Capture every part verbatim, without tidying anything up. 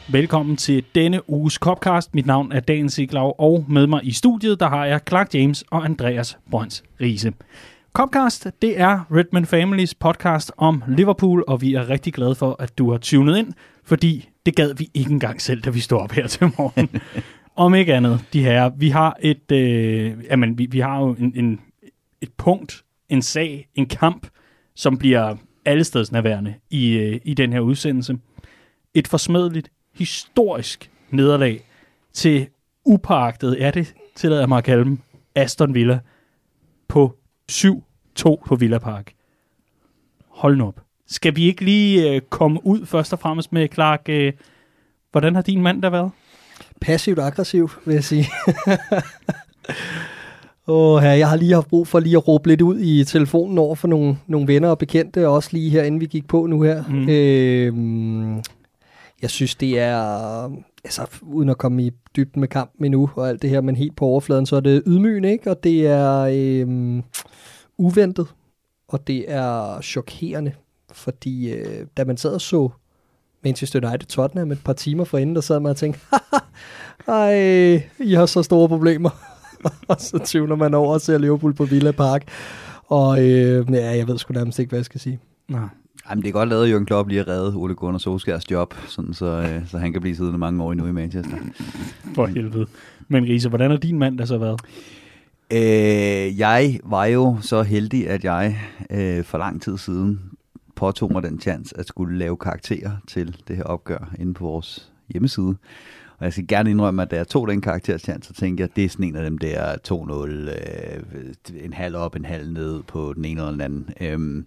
Velkommen til denne uges Copcast. Mit navn er Dan Siglau, og med mig i studiet, der har jeg Clark James og Andreas Brøns Riise. Copcast, det er Redman Families podcast om Liverpool, og vi er rigtig glade for, at du har tunet ind, fordi det gad vi ikke engang selv, da vi stod op her til morgen. Om ikke andet, de her, vi har et, øh, jamen, vi, vi har jo en, en, et punkt, en sag, en kamp, som bliver allestedsnærværende i, øh, i den her udsendelse. Et forsmædeligt, historisk nederlag til upåagtet, er det, tillader jeg mig at kalde dem, Aston Villa på syv to på Villa Park. Hold nu op. Skal vi ikke lige øh, komme ud først og fremmest med, Clark, øh, hvordan har din mand der været? Passivt aggressiv, vil jeg sige. Åh, her, jeg har lige haft brug for lige at råbe lidt ud i telefonen over for nogle, nogle venner og bekendte, også lige her, inden vi gik på nu her. Mm. Øh, jeg synes, det er, altså uden at komme i dybden med kampen endnu og alt det her, men helt på overfladen, så er det ydmygende, ikke? Og det er øh, uventet, og det er chokerende, fordi øh, da man sad og så Manchester United Tottenham et par timer forinden, der sad man og tænkte, ej, I har så store problemer. Og så tvivler man over at se Liverpool på Villa Park. Og øh, ja, jeg ved sgu nærmest ikke, hvad jeg skal sige. Nej. Jamen, det er godt lavet, at Jürgen Klopp lige at redde Ole Gunnar Solskjærs job, sådan så, øh, så han kan blive siddende mange år endnu i Manchester. For helvede. Men Riise, hvordan har din mand der så været? Øh, jeg var jo så heldig, at jeg øh, for lang tid siden påtog mig den chance at skulle lave karakterer til det her opgør inde på vores hjemmeside. Og jeg skal gerne indrømme, at da jeg tog den karakterchance, så tænkte jeg, at det er sådan en af dem der to nul, øh, en halv op, en halv ned på den ene eller den anden. Øhm,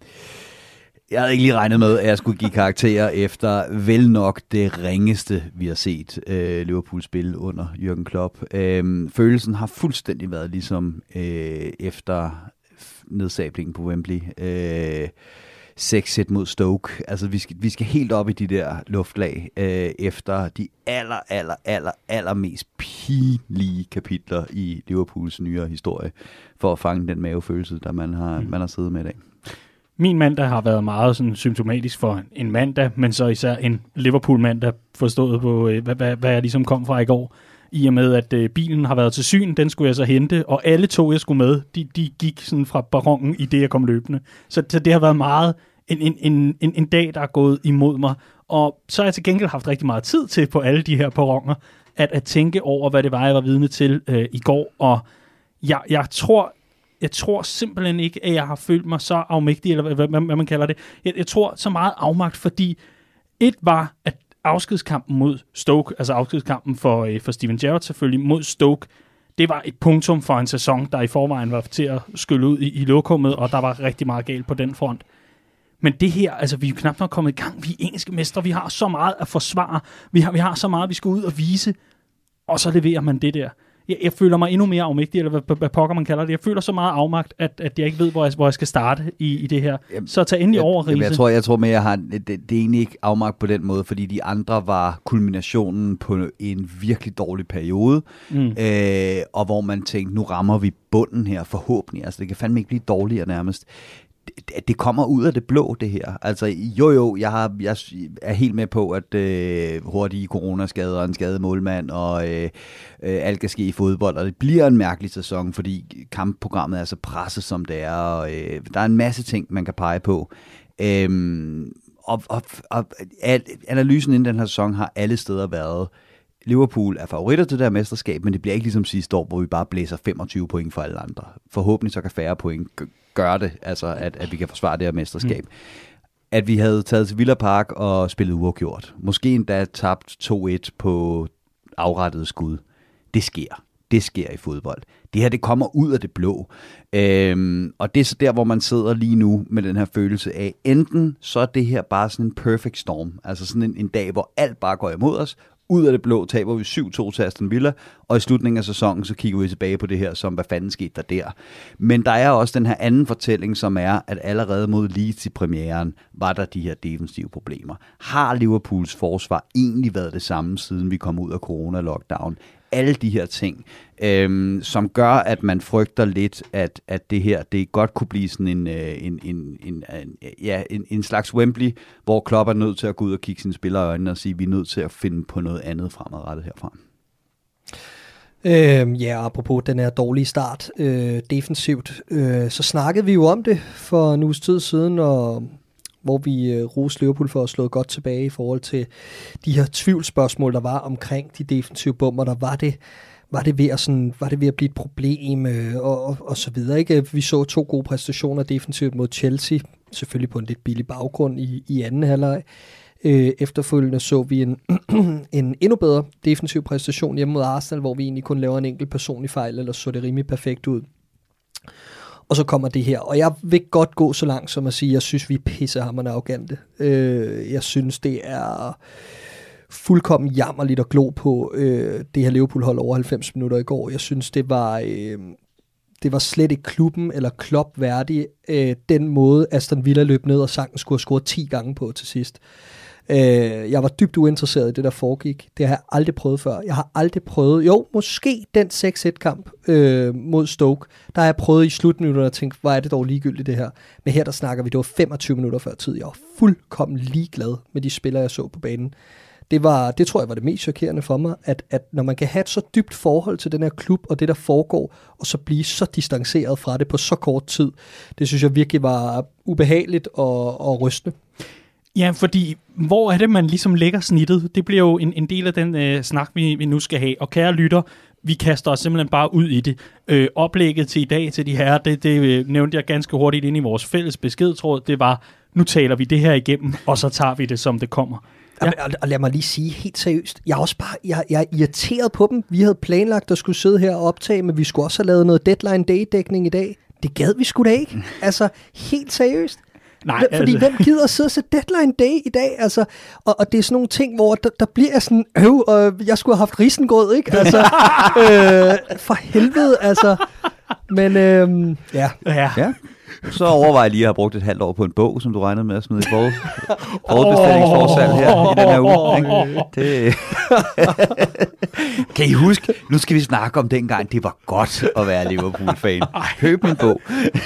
jeg havde ikke lige regnet med, at jeg skulle give karakterer efter vel nok det ringeste, vi har set øh, Liverpool spille under Jürgen Klopp. Øhm, følelsen har fuldstændig været ligesom øh, efter nedsablingen på Wembley. Øh, seks et mod Stoke. Altså, vi skal, vi skal helt op i de der luftlag øh, efter de aller, aller, aller, aller mest pinlige kapitler i Liverpools nyere historie, for at fange den mavefølelse, der man har, mm. man har siddet med i dag. Min mandag har været meget sådan symptomatisk for en mandag, men så især en Liverpool-mandag, forstået på, øh, hvad, hvad, hvad jeg ligesom kom fra i går. I og med, at øh, bilen har været til syn, den skulle jeg så hente, og alle tog, jeg skulle med, de, de gik sådan fra perronen i det, jeg kom løbende. Så, så det har været meget en, en, en, en, en dag, der er gået imod mig. Og så har jeg til gengæld haft rigtig meget tid til på alle de her perroner, at, at tænke over, hvad det var, jeg var vidne til øh, i går. Og jeg, jeg, tror, jeg tror simpelthen ikke, at jeg har følt mig så afmægtig, eller hvad, hvad, hvad man kalder det. Jeg, jeg tror så meget afmagt, fordi et var, at afskedskampen mod Stoke, altså afskedskampen for, øh, for Steven Gerrard selvfølgelig, mod Stoke, det var et punktum for en sæson, der i forvejen var til at skylle ud i, i lokummet, og der var rigtig meget galt på den front. Men det her, altså vi er jo knap nok kommet i gang, vi er engelske mestre, vi har så meget at forsvare, vi har, vi har så meget, vi skal ud og vise, og så leverer man det der. Jeg, jeg føler mig endnu mere afmægtig, eller hvad, hvad pokker man kalder det. Jeg føler så meget afmagt, at, at jeg ikke ved, hvor jeg, hvor jeg skal starte i, i det her. Jamen, så tag endelig jeg, over, Riise. Jeg tror, jeg tror mere, jeg har, det, det er egentlig ikke afmagt på den måde, fordi de andre var kulminationen på en virkelig dårlig periode, mm. øh, og hvor man tænkte, nu rammer vi bunden her forhåbentlig. Altså det kan fandme ikke blive dårligere nærmest. Det, det kommer ud af det blå, det her. Altså, jo jo, jeg, har, jeg er helt med på, at øh, hurtige coronaskader og en skadet målmand, og øh, øh, alt kan ske i fodbold, og det bliver en mærkelig sæson, fordi kampprogrammet er så presset, som det er, og øh, der er en masse ting, man kan pege på. Øhm, og, og, og al, analysen inden den her sæson har alle steder været, Liverpool er favoritter til det her mesterskab, men det bliver ikke ligesom sidste år, hvor vi bare blæser femogtyve point for alle andre. Forhåbentlig så kan færre point gøre det, altså at, at vi kan forsvare det her mesterskab. Mm. At vi havde taget til Villa Park og spillet uafgjort. Måske endda tabt to et på afrettet skud. Det sker. Det sker i fodbold. Det her, det kommer ud af det blå. Øhm, og det er så der, hvor man sidder lige nu med den her følelse af, enten så er det her bare sådan en perfect storm. Altså sådan en, en dag, hvor alt bare går imod os. Ud af det blå taber vi syv to til Aston Villa, og i slutningen af sæsonen, så kigger vi tilbage på det her, som hvad fanden skete der der. Men der er også den her anden fortælling, som er, at allerede mod Leeds i premieren, var der de her defensive problemer. Har Liverpools forsvar egentlig været det samme, siden vi kom ud af corona-lockdown? alle de her ting, øhm, som gør, at man frygter lidt, at, at det her, det godt kunne blive sådan en, en, en, en, en, ja, en, en slags Wembley, hvor Klopp er nødt til at gå ud og kigge sine spillere i øjnene og sige, vi er nødt til at finde på noget andet fremadrettet herfra. Øhm, ja, apropos den her dårlige start øh, defensivt, øh, så snakkede vi jo om det for en uges tid siden, og hvor vi øh, roste Liverpool for at slå godt tilbage i forhold til de her tvivlsspørgsmål, der var omkring de defensive bomber. Der var det, var det, ved, at sådan, var det ved at blive et problem øh, og, og, og så videre. Ikke? Vi så to gode præstationer defensivt mod Chelsea, selvfølgelig på en lidt billig baggrund i, i anden halvleg. Øh, efterfølgende så vi en, en endnu bedre defensiv præstation hjemme mod Arsenal, hvor vi egentlig kun laver en enkelt personlig fejl, eller så det rimelig perfekt ud. Og så kommer det her, og jeg vil godt gå så langt som at sige, at jeg synes, vi er pissehammerende arrogante. Øh, jeg synes, det er fuldkommen jammerligt at glo på øh, det her Liverpool-hold over halvfems minutter i går. Jeg synes, det var, øh, det var slet ikke klubben eller Klopp værdig, øh, den måde Aston Villa løb ned og sagtens skulle have scoret ti gange på til sidst. Øh, jeg var dybt uinteresseret i det, der foregik. Det har jeg aldrig prøvet før. Jeg har aldrig prøvet, jo, måske den seks et kamp øh, mod Stoke, der har jeg prøvet i slutminutter og tænkt, hvor er det dog ligegyldigt det her. Men her der snakker vi, det var femogtyve minutter før tid. Jeg var fuldkommen ligeglad med de spillere, jeg så på banen. Det, var, det tror jeg var det mest chokerende for mig, at, at når man kan have et så dybt forhold til den her klub og det, der foregår, og så blive så distanceret fra det på så kort tid, det synes jeg virkelig var ubehageligt og, og rystende. Ja, fordi hvor er det, man ligesom lægger snittet? Det bliver jo en, en del af den øh, snak, vi, vi nu skal have. Og kære lytter, vi kaster os simpelthen bare ud i det. Øh, oplægget til i dag til de her, det, det øh, nævnte jeg ganske hurtigt ind i vores fælles beskedtråd. Det var, nu taler vi det her igennem, og så tager vi det, som det kommer. Ja. Og, og lad mig lige sige helt seriøst, jeg er også bare jeg, jeg er irriteret på dem. Vi havde planlagt at skulle sidde her og optage, men vi skulle også have lavet noget deadline day-dækning i dag. Det gad vi sgu da ikke. Altså, helt seriøst. Nej, fordi altså. Hvem gider at sidde og se Deadline Day i dag? Altså, og, og det er sådan nogle ting, hvor der, der bliver sådan, øv, og jeg skulle have haft risengrød, ikke? Altså, øh, for helvede, altså. Men øh, ja. ja. ja. Så overvej lige at have brugt et halvt år på en bog, som du regnede med at smide i forud, forudbestillingsforsalg her i den her uge. Ikke? Det. Kan I huske, nu skal vi snakke om dengang, det var godt at være Liverpool-fan. Køb min bog.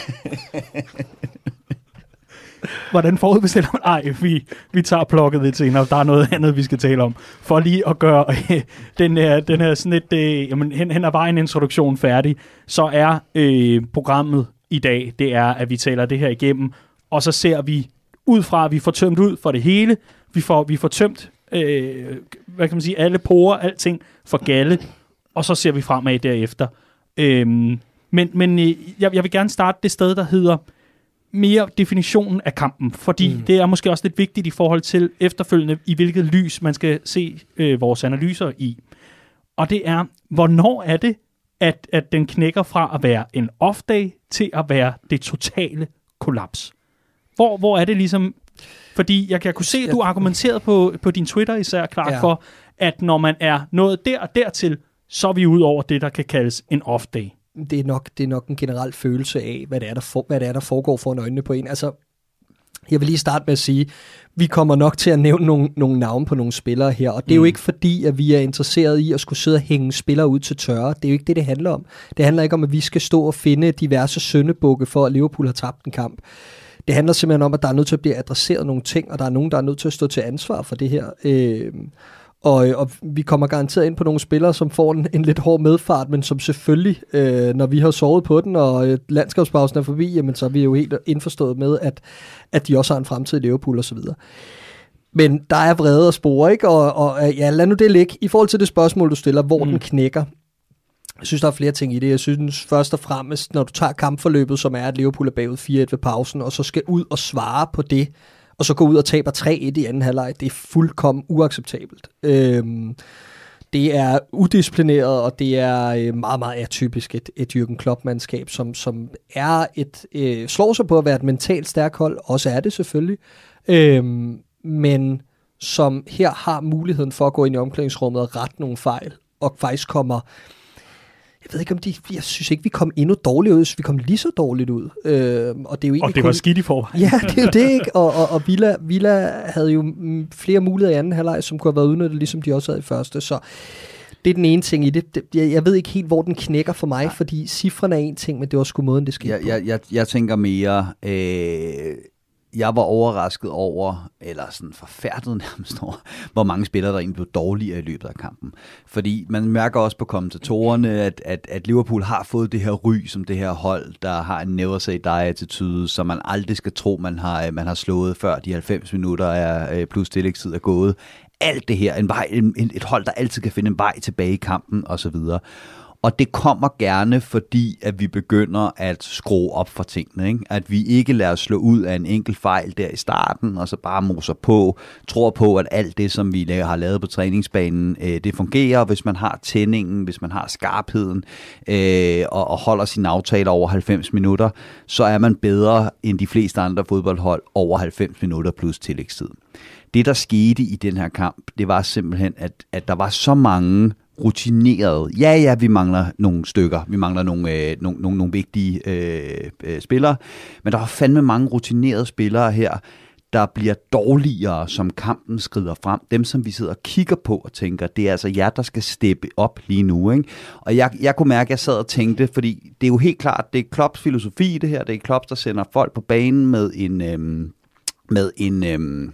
Hvordan forudbestiller man? Ej, vi, vi tager plukket lidt senere. Der er noget andet, vi skal tale om. For lige at gøre øh, den her, den her sådan et, øh, jamen, hen, hen ad vejen introduktion færdig, så er øh, programmet i dag, det er, at vi taler det her igennem, og så ser vi ud fra, at vi får tømt ud for det hele. Vi får, vi får tømt, øh, hvad kan man sige, alle porer, alting for galle, og så ser vi fremad derefter. Øh, men men øh, jeg, jeg vil gerne starte det sted, der hedder mere definitionen af kampen, fordi mm. det er måske også lidt vigtigt i forhold til efterfølgende, i hvilket lys man skal se øh, vores analyser i. Og det er, hvornår er det, at, at den knækker fra at være en off-day til at være det totale kollaps? Hvor, hvor er det ligesom... Fordi jeg kan kunne se, at du argumenterede på, på din Twitter især klart ja. for, at når man er nået der og dertil, så er vi ud over det, der kan kaldes en off-day. Det er nok, det er nok en generel følelse af, hvad det er, der, for, hvad det er, der foregår foran øjnene på en. Altså, jeg vil lige starte med at sige, vi kommer nok til at nævne nogle, nogle navne på nogle spillere her, og det er mm. jo ikke fordi, at vi er interesseret i at skulle sidde og hænge spillere ud til tørre. Det er jo ikke det, det handler om. Det handler ikke om, at vi skal stå og finde diverse syndebukke for, at Liverpool har tabt en kamp. Det handler simpelthen om, at der er nødt til at blive adresseret nogle ting, og der er nogen, der er nødt til at stå til ansvar for det her. Øh, Og, og vi kommer garanteret ind på nogle spillere, som får en, en lidt hård medfart, men som selvfølgelig, øh, når vi har sovet på den, og øh, landskabspausen er forbi, jamen, så er vi jo helt indforstået med, at, at de også har en fremtid i Liverpool osv. Men der er vrede og spore, ikke? Og, og ja, lad nu det ligge. I forhold til det spørgsmål, du stiller, hvor mm. den knækker, jeg synes, der er flere ting i det. Jeg synes først og fremmest, når du tager kampforløbet, som er, at Liverpool er bagud fire et ved pausen, og så skal ud og svare på det, og så gå ud og taber tre et i anden halvleg, det er fuldkommen uacceptabelt. Øhm, det er udisciplineret, og det er meget, meget atypisk et, et Jürgen Klopp-mandskab, som, som er et, øh, slår sig på at være et mentalt stærkt hold, også er det selvfølgelig, øhm, men som her har muligheden for at gå ind i omklædningsrummet og rette nogle fejl, og faktisk kommer... Jeg ved ikke, om de... Jeg synes ikke, vi kom endnu dårligt ud, så vi kom lige så dårligt ud. Øh, og det, er jo og det var kun... skidt i forvejen. Ja, det er jo det, ikke? Og, og, og Villa, Villa havde jo flere muligheder i anden halvleg, som kunne have været udnyttet, ligesom de også havde i første. Så det er den ene ting i det. det jeg, jeg ved ikke helt, hvor den knækker for mig, ja. fordi cifrene er en ting, men det var sgu måden, det skete jeg, på. Jeg, jeg, jeg tænker mere... Øh Jeg var overrasket over, eller sådan forfærdet nærmest over, hvor mange spillere, der egentlig blev dårligere i løbet af kampen. Fordi man mærker også på kommentatorerne, at, at, at Liverpool har fået det her ry som det her hold, der har en never say die-attitude, som man aldrig skal tro, man har, man har slået, før de halvfems minutter er, plus tillægstid er gået. Alt det her, en vej, en, et hold, der altid kan finde en vej tilbage i kampen osv. Og det kommer gerne, fordi at vi begynder at skrue op for tingene. Ikke? At vi ikke lader os slå ud af en enkelt fejl der i starten, og så bare moser på, tror på, at alt det, som vi har lavet på træningsbanen, øh, det fungerer. Hvis man har tændingen, hvis man har skarpheden, øh, og, og holder sine aftaler over halvfems minutter, så er man bedre end de fleste andre fodboldhold over halvfems minutter plus tillægstid. Det, der skete i den her kamp, det var simpelthen, at, at der var så mange rutineret. Ja, ja, vi mangler nogle stykker. Vi mangler nogle, øh, nogle, nogle, nogle vigtige øh, øh, spillere. Men der er fandme mange rutinerede spillere her, der bliver dårligere, som kampen skrider frem. Dem, som vi sidder og kigger på og tænker, det er altså jer, der skal steppe op lige nu. Ikke? Og jeg, jeg kunne mærke, at jeg sad og tænkte, fordi det er jo helt klart, det er Klopps filosofi, det her. Det er Klopp, der sender folk på banen med en... Øh, med en øh,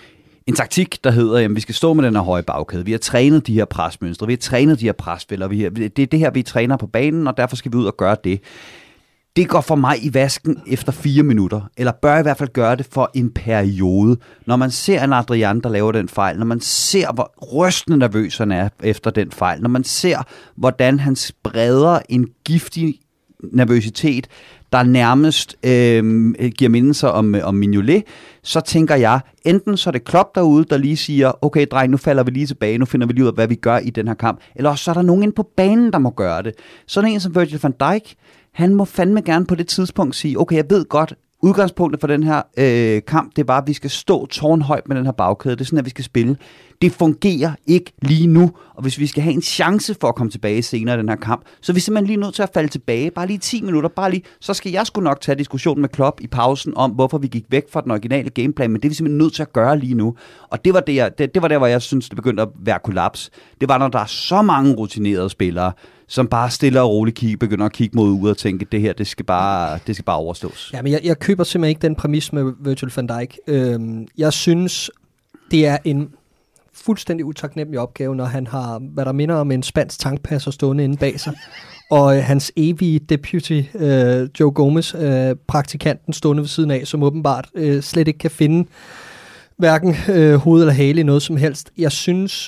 En taktik, der hedder, at vi skal stå med den her høje bagkæde. Vi har trænet de her presmønstre, vi har trænet de her presfælder. Vi har, det er det her, vi træner på banen, og derfor skal vi ud og gøre det. Det går for mig i vasken efter fire minutter, eller bør i hvert fald gøre det for en periode. Når man ser en Adrian, der laver den fejl, når man ser, hvor rystende nervøs han er efter den fejl, når man ser, hvordan han spreder en giftig nervøsitet, der nærmest øh, giver mindelser om, om Mignolet, så tænker jeg, enten så er det Klopp derude, der lige siger, okay dreng, nu falder vi lige tilbage, nu finder vi lige ud af, hvad vi gør i den her kamp, eller også så er der nogen inde på banen, der må gøre det. Sådan en som Virgil van Dijk, han må fandme gerne på det tidspunkt sige, okay, jeg ved godt, udgangspunktet for den her øh, kamp, det var, at vi skal stå tårnhøjt med den her bagkæde. Det er sådan, at vi skal spille. Det fungerer ikke lige nu, og hvis vi skal have en chance for at komme tilbage senere i den her kamp, så er vi simpelthen lige nødt til at falde tilbage. Bare lige ti minutter, bare lige. Så skal jeg sgu nok tage diskussionen med Klopp i pausen om, hvorfor vi gik væk fra den originale gameplan, men det er vi simpelthen nødt til at gøre lige nu. Og det var, det, jeg, det, det var der, hvor jeg synes, det begyndte at være kollaps. Det var, når der er så mange rutinerede spillere, som bare stille og roligt kigge, begynder at kigge mod ud og tænke, det her, det skal bare, det skal bare overstås. Ja, men jeg, jeg køber simpelthen ikke den præmis med Virgil van Dijk. Øhm, jeg synes, det er en fuldstændig utaknemmelig opgave, når han har, hvad der minder om en spansk tankpasser stående inde bag sig, og øh, hans evige deputy, øh, Joe Gomez, øh, praktikanten stående ved siden af, som åbenbart øh, slet ikke kan finde hverken øh, hoved eller hale i noget som helst. Jeg synes,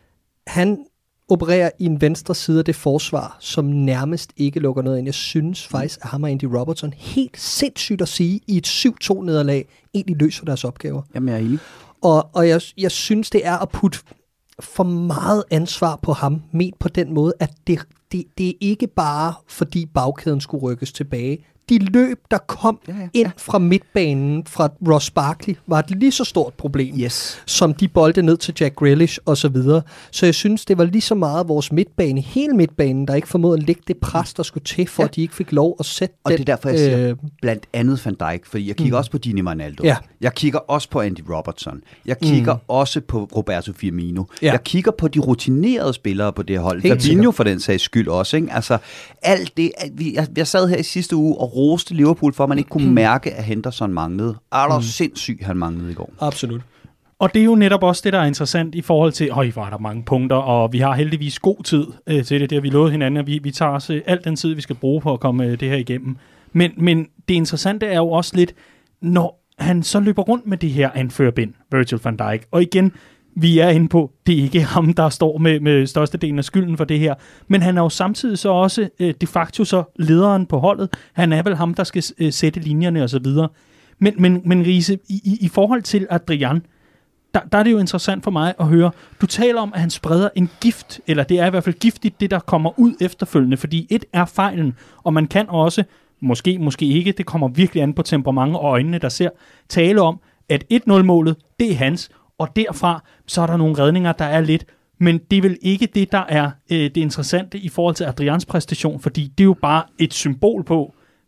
han opererer i en venstre side af det forsvar, som nærmest ikke lukker noget ind. Jeg synes faktisk, at ham og Andy Robertson helt sindssygt at sige, i et syv to nederlag egentlig løser deres opgaver. Jamen, jeg er enig. Og, og jeg, jeg synes, det er at putte for meget ansvar på ham, ment på den måde, at det, det, det er ikke bare, fordi bagkæden skulle rykkes tilbage. De løb, der kom ja, ja, ind ja. fra midtbanen fra Ross Barkley, var et lige så stort problem, yes. som de bolde ned til Jack Grealish og så videre. Så jeg synes, det var lige så meget vores midtbane, hele midtbanen, der ikke formåede at lægge det pres, der skulle til, for ja. at de ikke fik lov at sætte og den. Og det er derfor, jeg siger øh, blandt andet Van Dijk, fordi jeg kigger mm. også på Dini Wijnaldum. Ja. Jeg kigger også på Andy Robertson. Jeg kigger mm. også på Roberto Firmino. Ja. Jeg kigger på de rutinerede spillere på det hold. Fabinho for den sags skyld også. Ikke? Altså, alt det, jeg, jeg sad her i sidste uge og roste Liverpool, for at man ikke kunne mærke, at Henderson manglede. Er der mm. sindssygt, han manglede i går. Absolut. Og det er jo netop også det, der er interessant i forhold til, høj, var der mange punkter, og vi har heldigvis god tid øh, til det. Det har vi lovet hinanden, at vi, vi tager os øh, alt den tid, vi skal bruge på at komme øh, det her igennem. Men, men det interessante er jo også lidt, når han så løber rundt med det her anførbind, Virgil van Dijk, og igen, vi er inde på, det er ikke ham, der står med, med størstedelen af skylden for det her, men han er jo samtidig så også øh, de facto så lederen på holdet. Han er vel ham, der skal øh, sætte linjerne og så videre. Men, men, men Riese, i, i, i forhold til Adrian, der, der er det jo interessant for mig at høre, du taler om, at han spreder en gift, eller det er i hvert fald giftigt, det der kommer ud efterfølgende, fordi et er fejlen, og man kan også, måske, måske ikke, det kommer virkelig an på temperament og øjnene, der ser, tale om, at et nul-målet, det er hans, og derfra, så er der nogle redninger, der er lidt, men det er vel ikke det, der er øh, det interessante i forhold til Adrians præstation, fordi det er jo bare et symbol på,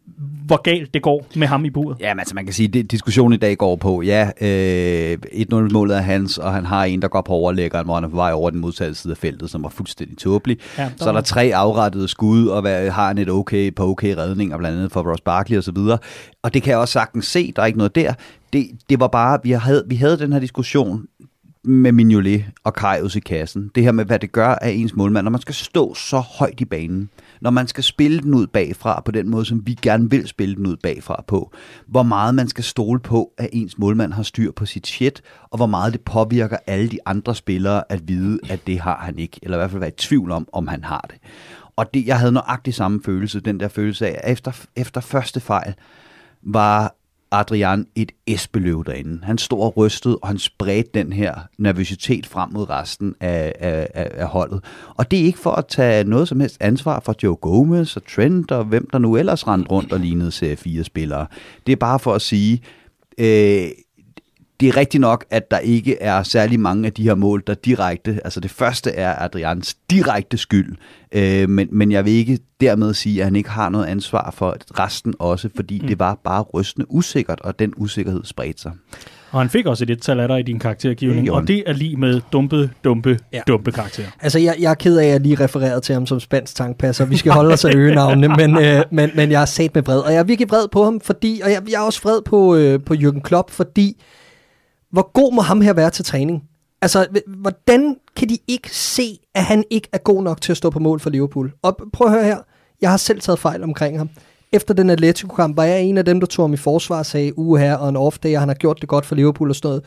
hvor galt det går med ham i buret. Ja, men altså man kan sige, at diskussionen i dag går på, ja, øh, et nul-målet er hans, og han har en, der går på overlæggeren, hvor han er på vej over den modsatte side af feltet, som var fuldstændig tåbelig. Ja, så er der tre afrettede skud, og hvad, har han et okay, på okay redninger, blandt andet for Ross Barkley og så videre. Og det kan jeg også sagtens se, der er ikke noget der. Det, det var bare, vi havde, vi havde den her diskussion med Mignolet og Karius i kassen. Det her med, hvad det gør af ens målmand, når man skal stå så højt i banen, når man skal spille den ud bagfra på den måde, som vi gerne vil spille den ud bagfra på. Hvor meget man skal stole på, at ens målmand har styr på sit shit, og hvor meget det påvirker alle de andre spillere at vide, at det har han ikke, eller i hvert fald være i tvivl om, om han har det. Og det, jeg havde nøjagtig samme følelse, den der følelse af, at efter, efter første fejl var Adrian et esbeløv derinde. Han stod og rystede, og han spredte den her nervøsitet frem mod resten af, af, af, af holdet. Og det er ikke for at tage noget som helst ansvar for Joe Gomez og Trent og hvem der nu ellers rendte rundt og lignede serie fire spillere. Det er bare for at sige, øh, det er rigtigt nok, at der ikke er særlig mange af de her mål, der direkte, altså det første er Adrians direkte skyld, øh, men, men jeg vil ikke dermed sige, at han ikke har noget ansvar for resten også, fordi mm. det var bare rystende usikkert, og den usikkerhed spredte sig. Og han fik også et et-tal i din karaktergivning, og det er lige med dumpe, dumpe, ja. dumpe karakter. Altså, jeg, jeg er ked af, at jeg lige refererede til ham som spansk tankpasser. Vi skal holde os af øgenavnene, men, øh, men, men jeg er sat med vred. Og jeg er virkelig vred på ham, fordi, og jeg, jeg er også vred på, øh, på Jürgen Klopp, fordi hvor god må ham her være til træning? Altså, hvordan kan de ikke se, at han ikke er god nok til at stå på mål for Liverpool? Og prøv at høre her, jeg har selv taget fejl omkring ham. Efter den Atletico-kamp var jeg en af dem, der tog ham i forsvar og sagde, uge her og en off-day, og han har gjort det godt for Liverpool og sådan noget.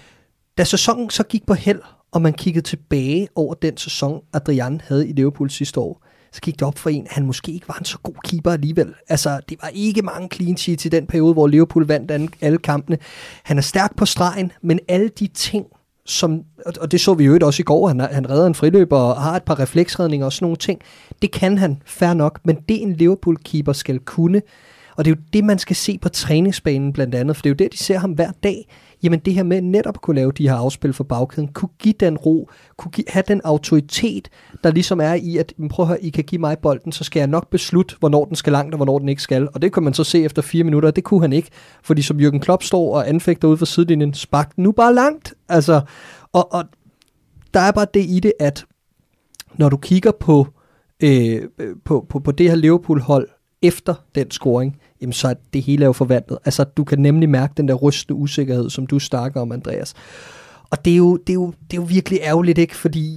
Da sæsonen så gik på held, og man kiggede tilbage over den sæson, Adrian havde i Liverpool sidste år, så gik det op for en, at han måske ikke var en så god keeper alligevel. Altså, det var ikke mange clean sheets i den periode, hvor Liverpool vandt alle kampene. Han er stærk på stregen, men alle de ting, som, og det så vi jo også i går, han, han redder en friløber og har et par refleksredninger og sådan nogle ting, det kan han, fair nok, men det en Liverpool-keeper skal kunne, og det er jo det, man skal se på træningsbanen blandt andet, for det er jo der, de ser ham hver dag. Jamen det her med netop at kunne lave de her afspil for bagkæden, kunne give den ro, kunne give, have den autoritet, der ligesom er i, at prøv at høre, I kan give mig bolden, så skal jeg nok beslutte, hvornår den skal langt og hvornår den ikke skal. Og det kan man så se efter fire minutter, og det kunne han ikke, fordi som Jürgen Klopp står og anfægter ude for sidelinjen, spark den nu bare langt. Altså, og, og der er bare det i det, at når du kigger på, øh, på, på, på det her Liverpool-hold efter den scoring, jamen så er det hele er jo forvandlet. Altså, du kan nemlig mærke den der rystende usikkerhed, som du snakker om, Andreas. Og det er jo, det er jo, det er jo virkelig ærgerligt, ikke? Fordi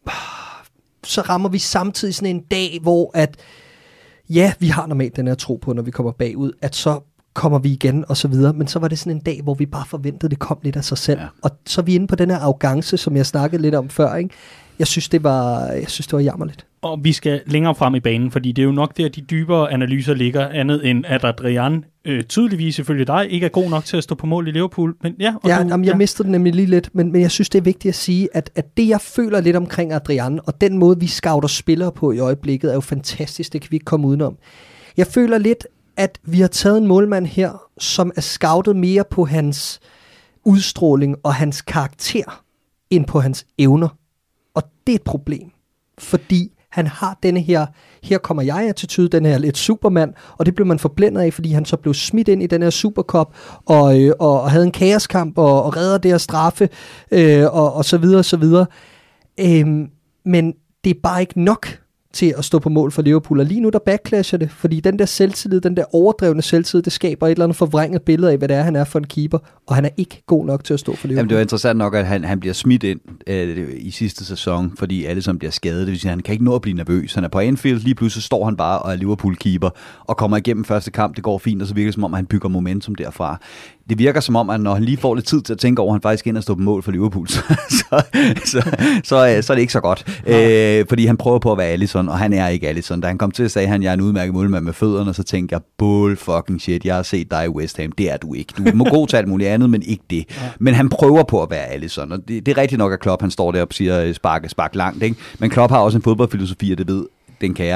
så rammer vi samtidig sådan en dag, hvor at, ja, vi har normalt den her tro på, når vi kommer bagud, at så kommer vi igen, og så videre. Men så var det sådan en dag, hvor vi bare forventede, det kom lidt af sig selv. Ja. Og så er vi inde på den her arrogance, som jeg snakkede lidt om før, ikke? Jeg synes, det var, jeg synes, det var jammerligt. Og vi skal længere frem i banen, fordi det er jo nok der, de dybere analyser ligger, andet end at Adrian øh, tydeligvis ifølge dig ikke er god nok til at stå på mål i Liverpool. Men ja, og ja, du, jamen, jeg ja. mistede den nemlig lige lidt, men, men jeg synes, det er vigtigt at sige, at, at det, jeg føler lidt omkring Adrian, og den måde, vi scouter spillere på i øjeblikket, er jo fantastisk. Det kan vi ikke komme udenom. Jeg føler lidt, at vi har taget en målmand her, som er scoutet mere på hans udstråling og hans karakter, end på hans evner. Og det er et problem, fordi han har denne her, her kommer jeg-attitude, den her lidt supermand, og det blev man forblændet af, fordi han så blev smidt ind i den her Supercup, og, øh, og havde en kaoskamp, og, og redder det her straffe, øh, og, og så videre, og så videre. Øhm, men det er bare ikke nok til at stå på mål for Liverpool, og lige nu der backclasher det, fordi den der selvtillid, den der overdrevne selvtillid, det skaber et eller andet forvrænget billede af, hvad det er, han er for en keeper, og han er ikke god nok til at stå for Liverpool. Jamen det var interessant nok, at han, han bliver smidt ind øh, i sidste sæson, fordi alle som bliver skadet, det vil sige, at han kan ikke nå at blive nervøs. Han er på Anfield, lige pludselig står han bare og er Liverpool-keeper, og kommer igennem første kamp, det går fint, og så virker det som om, at han bygger momentum derfra. Det virker som om, at når han lige får lidt tid til at tænke over, at han faktisk skal ind og stå på mål for Liverpool, så, så, så, så, så er det ikke så godt. Øh, fordi han prøver på at være Alisson, og han er ikke Alisson. Da han kom til at sige, at han er en udmærket målmand med fødderne, så tænkte jeg, bull fucking shit, jeg har set dig i West Ham. Det er du ikke. Du må gå til alt muligt andet, men ikke det. Ja. Men han prøver på at være Alisson, og det, det er rigtigt nok, at Klopp han står der og siger, spark, spark langt. Ikke? Men Klopp har også en fodboldfilosofi, og det ved den kære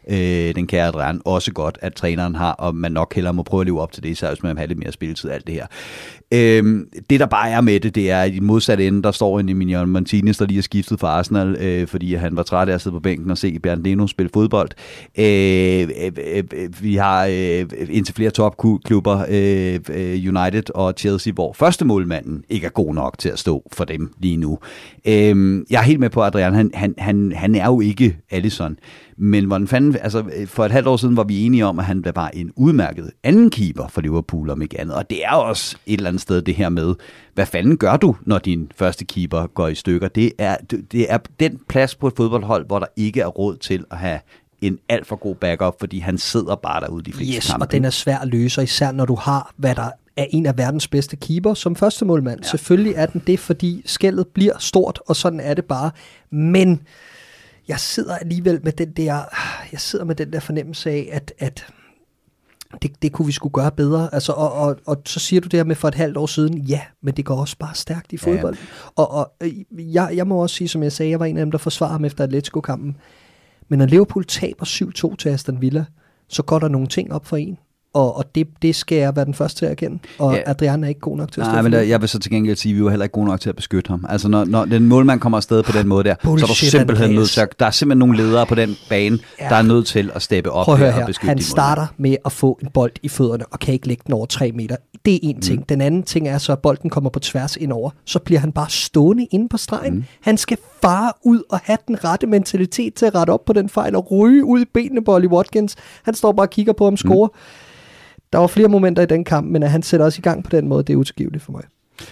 øh, den kære Adrian, også godt, at træneren har, og man nok hellere må prøve at leve op til det, især hvis man vil have lidt mere spilletid, alt det her. Øh, det, der bare er med det, det er, at i den modsatte ende, der står en Emiliano Martinez, der lige er skiftet fra Arsenal, øh, fordi han var træt af at sidde på bænken og se Bernardino spille fodbold. Øh, øh, øh, vi har øh, indtil flere topklubber, øh, United og Chelsea, hvor første målmanden ikke er god nok til at stå for dem lige nu. Øh, jeg er helt med på, at Adrian, han, han, han, han er jo ikke Alisson. Men hvordan fanden, altså for et halvt år siden var vi enige om, at han var en udmærket anden keeper for Liverpool, om ikke andet. Og det er også et eller andet sted det her med, hvad fanden gør du, når din første keeper går i stykker? Det er, det er den plads på et fodboldhold, hvor der ikke er råd til at have en alt for god backup, fordi han sidder bare derude de fleste yes, kampe. Og den er svær at løse, især når du har, hvad der er en af verdens bedste keeper som første målmand. Ja. Selvfølgelig er den det, fordi skellet bliver stort, og sådan er det bare. Men jeg sidder alligevel med den der, jeg sidder med den der fornemmelse af, at, at det, det kunne vi skulle gøre bedre. Altså, og, og, og så siger du det her med for et halvt år siden, ja, men det går også bare stærkt i fodbold. Ja. Og, og jeg, jeg må også sige, som jeg sagde, jeg var en af dem, der forsvarer ham efter Atletico-kampen. Men når Liverpool taber syv to til Aston Villa, så går der nogle ting op for en. Og, og det, det skal jeg være den første til at erkende. Og ja. Adrian er ikke god nok til at stå. Nej, men der, jeg vil så til gengæld sige, at vi var heller ikke gode nok til at beskytte ham. Altså når, når den målmand kommer afsted på den måde der, Bullshit, så er der simpelthen nødt til at, der er simpelthen nogle ledere på den bane, ja. der er nødt til at steppe op og beskytte han de starter med at få en bold i fødderne, og kan ikke lægge den over tre meter. Det er en ting. Mm. Den anden ting er så, at bolden kommer på tværs indover. Så bliver han bare stående inde på stregen. Mm. Han skal fare ud og have den rette mentalitet til at rette op på den fejl og ryge ud i benene på Ollie Watkins. Han står bare og kigger på ham score. Mm. Der var flere momenter i den kamp, men at han sætter også i gang på den måde, det er utilgiveligt for mig.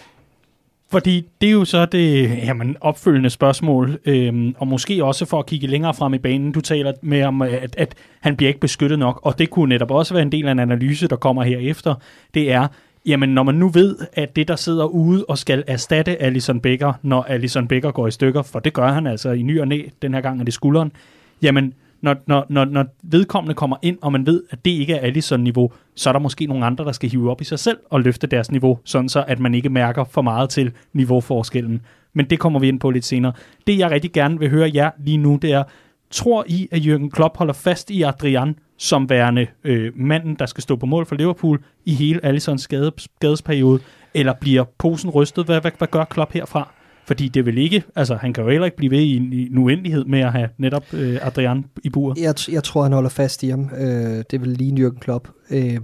Fordi det er jo så det jamen, opfølgende spørgsmål, øhm, og måske også for at kigge længere frem i banen. Du taler med om, at, at han bliver ikke beskyttet nok, og det kunne netop også være en del af en analyse, der kommer herefter. Det er, jamen når man nu ved, at det, der sidder ude og skal erstatte Alisson Becker, når Alisson Becker går i stykker, for det gør han altså i ny og næ, den her gang er det skulderen, jamen Når, når, når, når vedkommende kommer ind, og man ved, at det ikke er Alisson-niveau, så er der måske nogle andre, der skal hive op i sig selv og løfte deres niveau, sådan så at man ikke mærker for meget til niveauforskellen. Men det kommer vi ind på lidt senere. Det, jeg rigtig gerne vil høre jer lige nu, det er, tror I, at Jürgen Klopp holder fast i Adrian som værende øh, manden, der skal stå på mål for Liverpool i hele Alissons skade, skadesperiode, eller bliver posen rystet? Hvad, hvad, hvad gør Klopp herfra? Fordi det vil ikke, altså han kan jo heller ikke blive ved i en, i en uendelighed med at have netop øh, Adrian i buret. Jeg, jeg tror, han holder fast i ham. Øh, det vil lige Jürgen Klopp. Øh,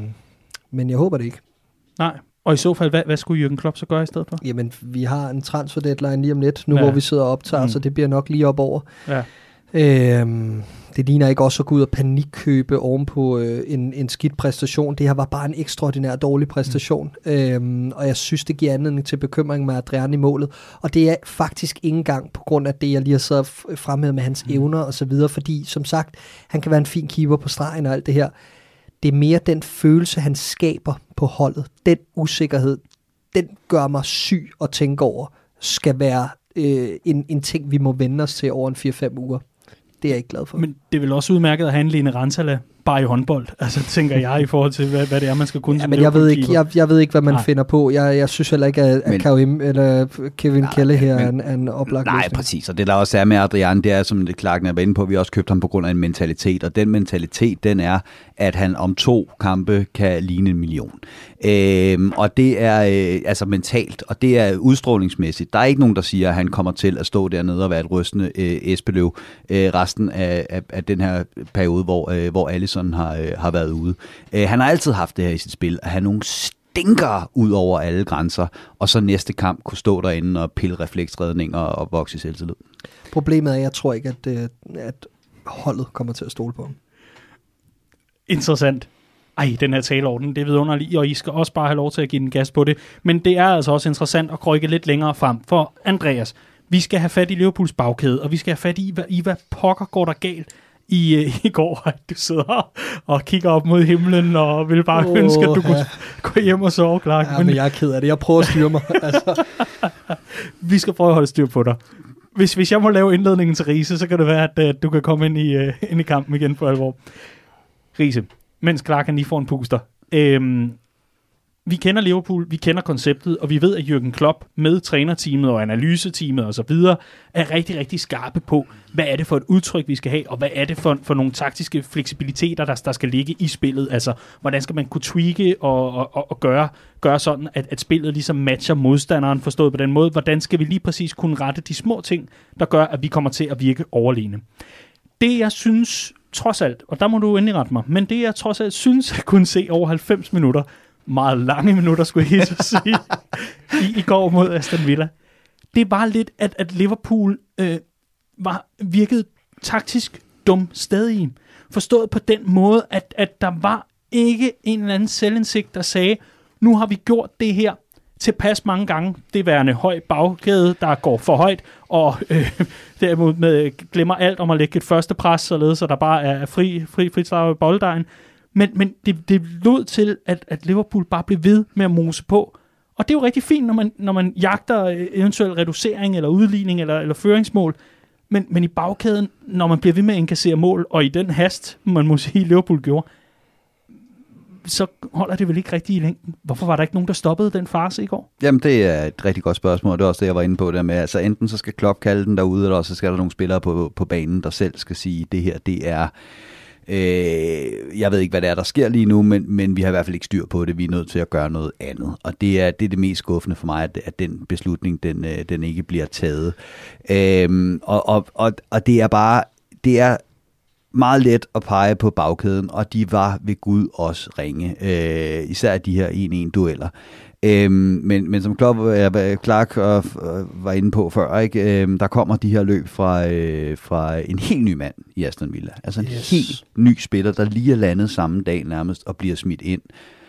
men jeg håber det ikke. Nej, og i så fald, hvad, hvad skulle Jürgen Klopp så gøre i stedet for? Jamen, vi har en transfer deadline lige om lidt, nu ja. hvor vi sidder og optager, mm. så det bliver nok lige op over. Ja. Øh, det ligner ikke også at gå ud og panikkøbe oven på øh, en, en skidt præstation. Det her var bare en ekstraordinær dårlig præstation, mm. øhm, og jeg synes, det giver anledning til bekymring med Adrian i målet. Og det er faktisk ikke engang på grund af det, jeg lige har siddet fremhævet med hans mm. evner og så videre, fordi som sagt, han kan være en fin keeper på stregen og alt det her. Det er mere den følelse, han skaber på holdet. Den usikkerhed, den gør mig syg at tænke over, skal være øh, en, en ting, vi må vende os til over en fire fem uger. Det er jeg ikke glad for. Men det er vel også udmærket at have en Lene Rantala bare i håndbold, altså tænker jeg i forhold til, hvad, hvad det er, man skal kunne. Ja, men jeg ved, ikke, jeg, jeg ved ikke, hvad man nej. finder på. Jeg, jeg synes heller ikke, at, at Karim eller Kevin nej, Kelle her er en, en oplagt Nej, løsning. præcis. Og det der også er med Adrian, det er, som det Clarken er inde på, vi har også købt ham på grund af en mentalitet. Og den mentalitet, den er, at han om to kampe kan ligne en million. Øhm, og det er øh, altså mentalt, og det er udstrålingsmæssigt. Der er ikke nogen, der siger, at han kommer til at stå dernede og være et rystende øh, Esbeløv øh, resten af, af, af den her periode, hvor, øh, hvor Alisson har, øh, har været ude. Øh, han har altid haft det her i sit spil, at have nogle stinker ud over alle grænser, og så næste kamp kunne stå derinde og pille refleksredninger og vokse i selvtillid. Problemet er, at jeg tror ikke, at, øh, at holdet kommer til at stole på ham. Interessant. Ej, den her taleorden, det er vidunderligt, og I skal også bare have lov til at give den gas på det. Men det er altså også interessant at krykke lidt længere frem. For Andreas, vi skal have fat i Liverpools bagkæde, og vi skal have fat i, hvad, i hvad pokker går der galt i, uh, i går, at du sidder og kigger op mod himlen, og vil bare oh, ønske, at du ja. kunne gå hjem og sove, Clark. Ja, men, men jeg er ked af det. Jeg prøver at styre mig. altså. Vi skal prøve at holde styr på dig. Hvis, hvis jeg må lave indledningen til Riese, så kan det være, at uh, du kan komme ind i, uh, ind i kampen igen for alvor. Riese, mens Clark han lige får en puster. Øhm, vi kender Liverpool, vi kender konceptet, og vi ved, at Jürgen Klopp med trænerteamet og analyseteamet og så videre, er rigtig, rigtig skarpe på, hvad er det for et udtryk, vi skal have, og hvad er det for, for nogle taktiske fleksibiliteter, der, der skal ligge i spillet. Altså, hvordan skal man kunne tweake og, og, og gøre, gøre sådan, at, at spillet ligesom matcher modstanderen, forstået på den måde. Hvordan skal vi lige præcis kunne rette de små ting, der gør, at vi kommer til at virke overlegne. Det, jeg synes, trods alt, og der må du endelig rette mig, men det, jeg trods alt synes, at kunne se over halvfems minutter, meget lange minutter, skulle jeg helt sige, i, i går mod Aston Villa. Det var lidt, at, at Liverpool øh, var virkede taktisk dum stadig. Forstået på den måde, at, at der var ikke en eller anden selvindsigt, der sagde, nu har vi gjort det her tilpas mange gange. Det værende høj bagkæde, der går for højt, og øh, derimod med, glemmer alt om at lægge et første pres, således, så der bare er fri, fri, fri slag i bolddejen. Men, men det, det lød til, at, at Liverpool bare blev ved med at mose på. Og det er jo rigtig fint, når man, når man jagter eventuel reducering, eller udligning, eller, eller føringsmål. Men, men i bagkæden, når man bliver ved med at inkassere mål, og i den hast, man må sige, Liverpool gjorde, så holder det vel ikke rigtig i længden. Hvorfor var der ikke nogen, der stoppede den farce i går? Jamen, det er et rigtig godt spørgsmål, det er også det, jeg var inde på der med. Altså, enten så skal Klopp kalde den derude, eller så skal der nogle spillere på, på banen, der selv skal sige, det her, det er... Øh, jeg ved ikke, hvad det er, der sker lige nu, men, men vi har i hvert fald ikke styr på det. Vi er nødt til at gøre noget andet. Og det er det, er det mest skuffende for mig, at, at den beslutning, den, den ikke bliver taget. Øh, og, og, og, og det er bare... Det er meget let at pege på bagkæden, og de var ved Gud også ringe. Øh, især de her en-en-dueller. Øhm, men, men som Klopp, øh, Clark øh, var inde på før, ikke? Øhm, der kommer de her løb fra, øh, fra en helt ny mand i Aston Villa. Altså en yes. helt ny spiller, der lige er landet samme dag nærmest og bliver smidt ind.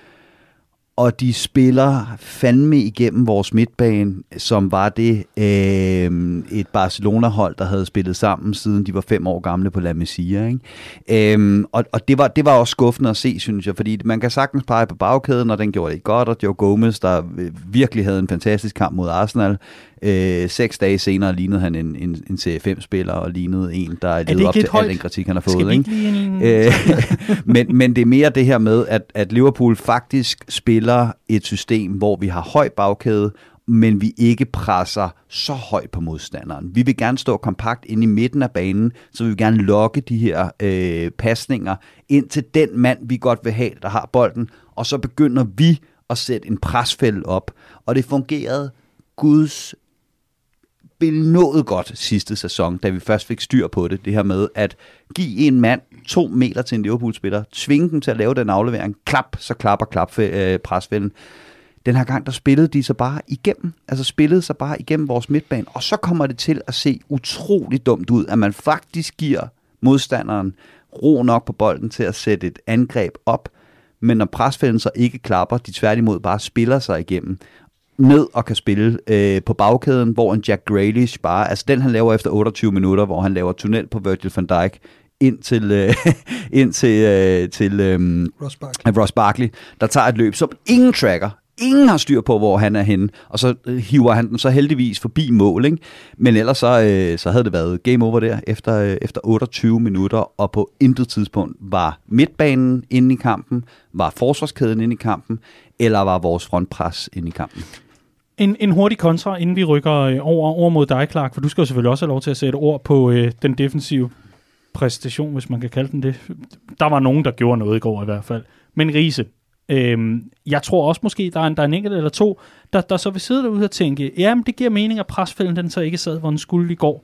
Og de spiller fandme igennem vores midtbane, som var det øh, et Barcelona-hold, der havde spillet sammen, siden de var fem år gamle på La Masia. Ikke? Øh, og og det, var, det var også skuffende at se, synes jeg, fordi man kan sagtens pege på bagkæden, og den gjorde det godt, og Joe Gomez, der virkelig havde en fantastisk kamp mod Arsenal. Øh, seks dage senere lignede han en, en, en serie fem-spiller, og lignede en, der levede op til al den kritik, han har fået. Ikke? En... Øh, men, men det er mere det her med, at, at Liverpool faktisk spiller et system, hvor vi har høj bagkæde, men vi ikke presser så højt på modstanderen. Vi vil gerne stå kompakt inde i midten af banen, så vi vil gerne lokke de her øh, pasninger ind til den mand, vi godt vil have, der har bolden, og så begynder vi at sætte en presfælde op. Og det fungerede Guds benådet godt sidste sæson, da vi først fik styr på det. Det her med at give en mand to meter til en Liverpool-spiller, tvinge dem til at lave den aflevering, klap, så klapper klap øh, presfælden. Den her gang, der spillede de så bare igennem, altså spillede sig bare igennem vores midtbane, og så kommer det til at se utrolig dumt ud, at man faktisk giver modstanderen ro nok på bolden til at sætte et angreb op, men når presfælden så ikke klapper, de tværtimod bare spiller sig igennem, ned og kan spille øh, på bagkæden, hvor en Jack Grealish bare, altså den han laver efter otteogtyve minutter, hvor han laver tunnel på Virgil van Dijk, ind til, øh, ind til, øh, til øh, Ross Barkley. Ross Barkley, der tager et løb, som ingen tracker, ingen har styr på, hvor han er henne, og så øh, hiver han den så heldigvis forbi mål, ikke? Men ellers så, øh, så havde det været game over der efter, øh, efter otteogtyve minutter, og på intet tidspunkt var midtbanen inde i kampen, var forsvarskæden inde i kampen, eller var vores frontpres inde i kampen. En, en hurtig kontra, inden vi rykker over, over mod dig, Clark, for du skal jo selvfølgelig også have lov til at sætte ord på øh, den defensive præstation, hvis man kan kalde den det. Der var nogen, der gjorde noget i går i hvert fald. Men Riise, øh, jeg tror også måske, der er en, der er en enkelt eller to, der, der så vil sidde derude og tænke, jamen det giver mening, at presfælden den så ikke sad, hvor den skulle i går.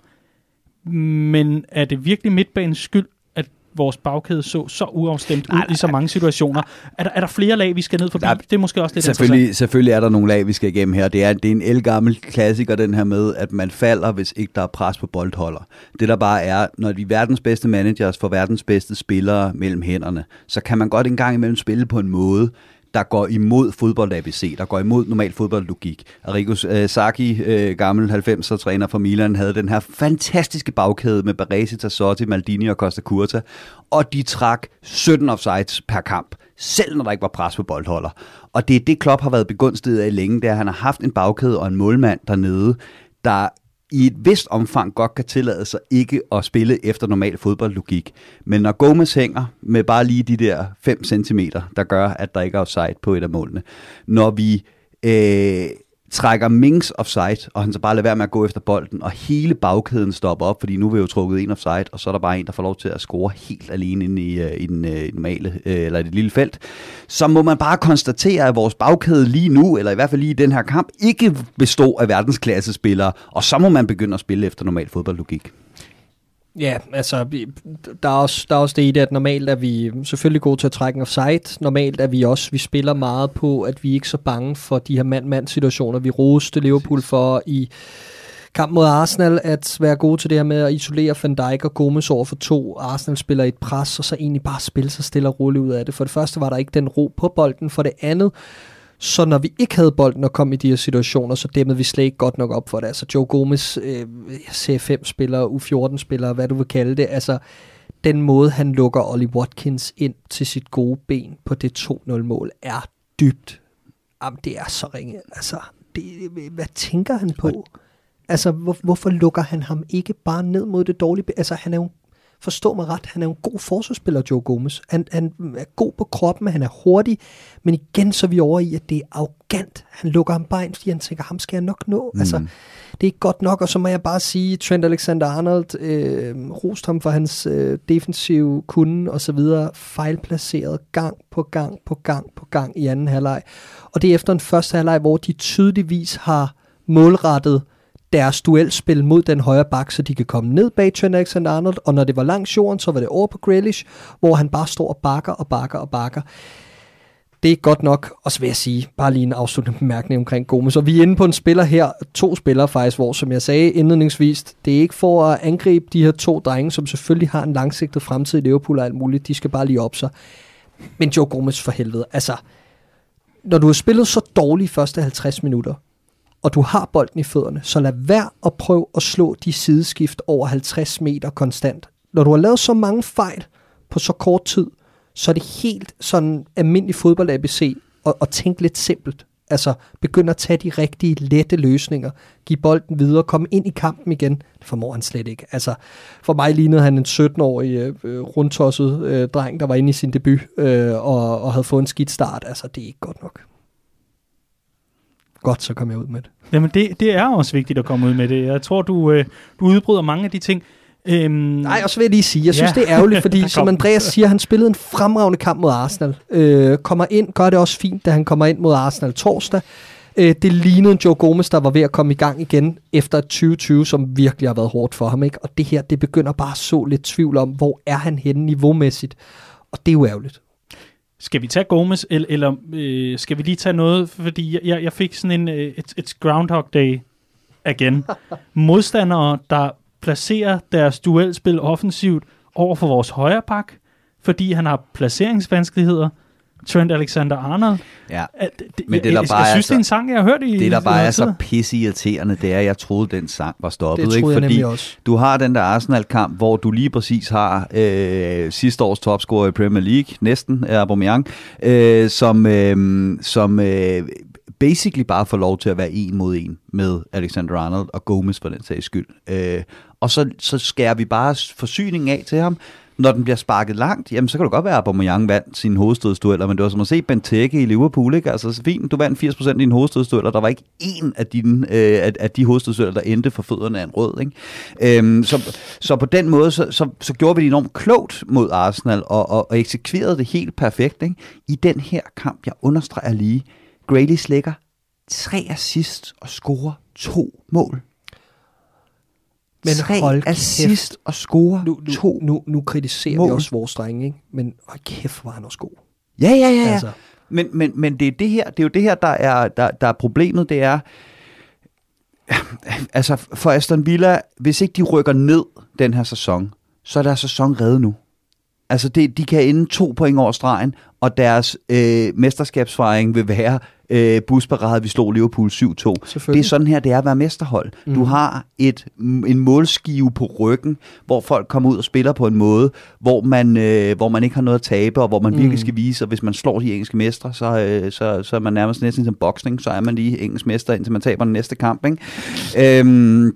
Men er det virkelig midtbanens skyld, at vores bagkæde så så uafstemt ud i så mange situationer? Er der, er der flere lag, vi skal ned forbi? Der, det er måske også lidt selvfølgelig, interessant. Selvfølgelig er der nogle lag, vi skal igennem her. Det er, det er en ældgammel klassiker, den her med, at man falder, hvis ikke der er pres på boldholder. Det der bare er, når vi verdens bedste managers får verdens bedste spillere mellem hænderne, så kan man godt en gang imellem spille på en måde, der går imod fodbold A B C, der går imod normal fodboldlogik. Arrigo øh, Sacchi, øh, gammel halvfemser-træner fra Milan, havde den her fantastiske bagkæde med Baresi, Tassotti, Maldini og Costa Curta, og de trak sytten offsides per kamp, selv når der ikke var pres på boldholder. Og det er det, Klopp har været begunstiget af længe, det er, at han har haft en bagkæde og en målmand dernede, der i et vist omfang godt kan tillade sig ikke at spille efter normal fodboldlogik. Men når Gomez hænger med bare lige de der fem centimeter, der gør, at der ikke er offside på et af målene. Når vi øh, trækker Mings offside, og han så bare lader være med at gå efter bolden, og hele bagkæden stopper op, fordi nu er vi jo trukket en offside, og så er der bare en, der får lov til at score helt alene inde i, i den øh, normale, øh, eller i det lille felt. Så må man bare konstatere, at vores bagkæde lige nu, eller i hvert fald lige i den her kamp, ikke består af verdensklassespillere, og så må man begynde at spille efter normal fodboldlogik. Ja, altså, der er, også, der er også det i det, at normalt er vi selvfølgelig gode til at trække en offside. Normalt er vi også, vi spiller meget på, at vi ikke er så bange for de her mand-mand-situationer. Vi roste Liverpool for i kamp mod Arsenal at være gode til det her med at isolere Van Dijk og Gomez over for to. Arsenal spiller i et pres, og så egentlig bare spille sig stille og roligt ud af det. For det første var der ikke den ro på bolden. For det andet, så når vi ikke havde bolden og kom i de her situationer, så dæmmede vi slet ikke godt nok op for det. Altså Joe Gomez, øh, C F M-spiller, U fjorten-spiller, hvad du vil kalde det. Altså den måde, han lukker Ollie Watkins ind til sit gode ben på det to nul-mål, er dybt. Jamen, det er så ringe. Altså, det, hvad tænker han på? Altså, hvor, hvorfor lukker han ham ikke bare ned mod det dårlige ben? Altså, han er jo, forstå mig ret, han er jo en god forsvarsspiller, Joe Gomez. Han, han er god på kroppen, han er hurtig, men igen så er vi over i, at det er arrogant. Han lukker ham bare ind, fordi han tænker, ham skal jeg nok nå. Mm. Altså, det er ikke godt nok, og så må jeg bare sige, Trent Alexander-Arnold, øh, rost ham for hans øh, defensive kunde og så videre, fejlplaceret gang på gang på gang på gang i anden halvleg. Og det er efter en første halvleg, hvor de tydeligvis har målrettet deres duelspil mod den højre bak, så de kan komme ned bag Trent Alexander-Arnold, og når det var langs jorden, så var det over på Grealish, hvor han bare står og bakker og bakker og bakker. Det er ikke godt nok, og så vil jeg sige, bare lige en afsluttende bemærkning omkring Gomez. Så vi er inde på en spiller her, to spillere faktisk, hvor, som jeg sagde indledningsvis, det er ikke for at angribe de her to drenge, som selvfølgelig har en langsigtet fremtid i Liverpool og alt muligt, de skal bare lige op sig. Men Joe Gomez for helvede, altså, når du har spillet så dårligt i første halvtreds minutter, og du har bolden i fødderne, så lad være at prøve at slå de sideskift over halvtreds meter konstant. Når du har lavet så mange fejl på så kort tid, så er det helt sådan almindelig fodbold-A B C at, at tænke lidt simpelt. Altså begynde at tage de rigtige, lette løsninger, give bolden videre, komme ind i kampen igen. Det formår han slet ikke. Altså for mig lignede han en sytten-årig øh, rundtosset øh, dreng, der var inde i sin debut øh, og, og havde fået en skidt start. Altså det er ikke godt nok. Godt, så kom jeg ud med det. Jamen, det, det er også vigtigt at komme ud med det. Jeg tror, du, øh, du udbryder mange af de ting. Øhm... Nej, og så vil jeg lige sige, jeg synes, ja. det er ærgerligt, fordi som Andreas siger, han spillede en fremragende kamp mod Arsenal. Øh, kommer ind, gør det også fint, da han kommer ind mod Arsenal torsdag. Øh, det lignede Joe Gomez, der var ved at komme i gang igen efter tyve tyve, som virkelig har været hårdt for ham. Ikke? Og det her, det begynder bare at så lidt tvivl om, hvor er han henne niveaumæssigt. Og det er jo ærgerligt. Skal vi tage Gomez, eller, eller øh, skal vi lige tage noget? Fordi jeg, jeg fik sådan en øh, et, et Groundhog Day igen. Modstandere, der placerer deres duelspil offensivt over for vores højre bak, fordi han har placeringsvanskeligheder. Trent Alexander-Arnold. Ja, at, det, men det jeg, der jeg, bare jeg synes, er det er en sang, jeg har hørt i... Det der bare er så pisseirriterende, det er, at jeg troede, den sang var stoppet. Det ikke? troede Fordi jeg også. Du har den der Arsenal-kamp, hvor du lige præcis har øh, sidste års topscorer i Premier League, næsten, Aubameyang, øh, som, øh, som øh, basically bare får lov til at være en mod en med Alexander-Arnold og Gomez for den sags skyld. Øh, og så, så skærer vi bare forsyningen af til ham. Når den bliver sparket langt, jamen så kan det godt være, at Aubameyang vandt sine hovedstødsdueller, men det var som at se Benteke i Liverpool, ikke? Altså fint, du vandt firs procent af dine hovedstødsdueller, der var ikke én af, dine, øh, af, af de hovedstødsdueller, der endte for fødderne af en rød, ikke? Øhm, så, så på den måde, så, så, så gjorde vi det enormt klogt mod Arsenal, og, og, og eksekverede det helt perfekt, ikke? I den her kamp, jeg understreger lige, Grealish lægger tre assist og scorer to mål. Men tre hold assist kæft. og score nu, nu, to nu, nu kritiserer mål. vi også vores drenge, ikke? Men hold kæft, var han også god. Ja, ja, ja. ja. Altså. Men, men, men det er det her, det er jo det her, der er, der, der er problemet, det er, altså for Aston Villa, hvis ikke de rykker ned den her sæson, så er deres sæson reddet nu. Altså det, de kan ende to point over stregen, og deres øh, mesterskabsfejring vil være øh, busparade, vi slog Liverpool syv to. Det er sådan her, det er at være mesterhold. Mm. Du har et, en målskive på ryggen, hvor folk kommer ud og spiller på en måde, hvor man, øh, hvor man ikke har noget at tabe, og hvor man mm. virkelig skal vise, og hvis man slår de engelske mestre, så, øh, så, så er man nærmest næsten som boksning, så er man lige engelsk mester, indtil man taber den næste kamp. Ikke? Øhm,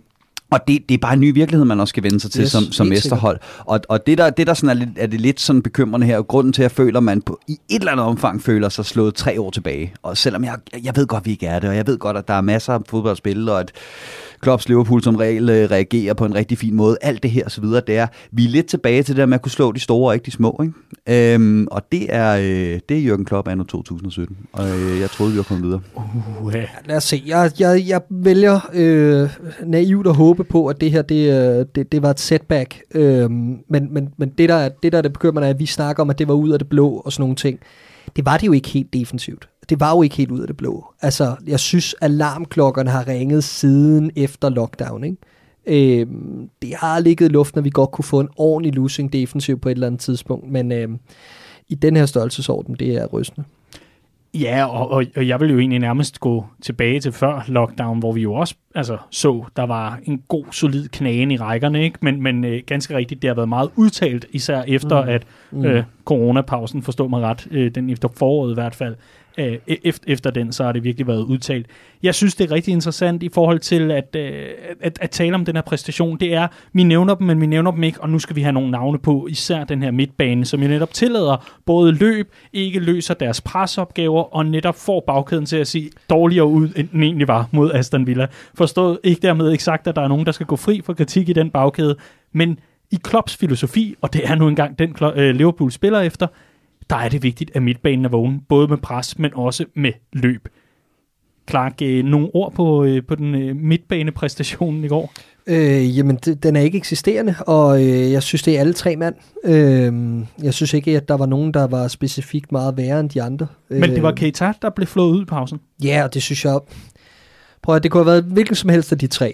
Og det, det er bare en ny virkelighed, man også skal vende sig til yes, som, som mesterhold. Og, og det, der, det der sådan er, lidt, er det lidt sådan bekymrende her, og grunden til, at jeg føler, at man på, i et eller andet omfang føler sig slået tre år tilbage. Og selvom jeg, jeg ved godt, at vi ikke er det, og jeg ved godt, at der er masser af fodbold at spille, og at Klopps Liverpool som regel øh, reagerer på en rigtig fin måde, alt det her og så videre, det er, vi er lidt tilbage til det der med at kunne slå de store og ikke de små, ikke? Øhm, og det er, øh, det er Jürgen Klopp anno to tusind og sytten, og øh, jeg troede, vi var kommet videre. Uh, ja. Lad os se, jeg, jeg, jeg vælger øh, naivt at håbe på, at det her, det, det, det var et setback, øhm, men, men, men det der, det der det bekymrer mig, er, at vi snakker om, at det var ud af det blå og sådan nogle ting. Det var det jo ikke helt defensivt. Det var jo ikke helt ud af det blå. Altså, jeg synes, alarmklokkerne har ringet siden efter lockdown, ikke? Øhm, det har ligget i luften, at vi godt kunne få en ordentlig losing defensiv på et eller andet tidspunkt, men øhm, i den her størrelsesorden, det er rystende. Ja, og, og, og jeg vil jo egentlig nærmest gå tilbage til før lockdown, hvor vi jo også altså, så, der var en god, solid knagen i rækkerne, ikke? Men, men øh, ganske rigtigt, det har været meget udtalt, især efter mm. at øh, coronapausen, forstår mig ret, øh, den efter foråret i hvert fald, øh, efter, efter den, så har det virkelig været udtalt. Jeg synes, det er rigtig interessant i forhold til at, øh, at, at tale om den her præstation. Det er, vi nævner dem, men vi nævner dem ikke, og nu skal vi have nogle navne på, især den her midtbane, som jo netop tillader både løb, ikke løser deres presopgaver, og netop får bagkæden til at sige dårligere ud, end den egentlig var mod Aston Villa. Forstået ikke dermed ikke sagt, at der er nogen, der skal gå fri for kritik i den bagkæde, men i Klopps filosofi, og det er nu engang den Liverpool spiller efter, der er det vigtigt, at midtbanen er vågen, både med pres, men også med løb. Clark, øh, nogle ord på, øh, på den øh, midtbanepræstationen i går? Øh, jamen, det, den er ikke eksisterende, og øh, jeg synes, det er alle tre mand. Øh, jeg synes ikke, at der var nogen, der var specifikt meget værre end de andre. Men det var Keita, der blev flået ud i pausen? Ja, og det synes jeg... Prøv at det kunne have været hvilken som helst af de tre.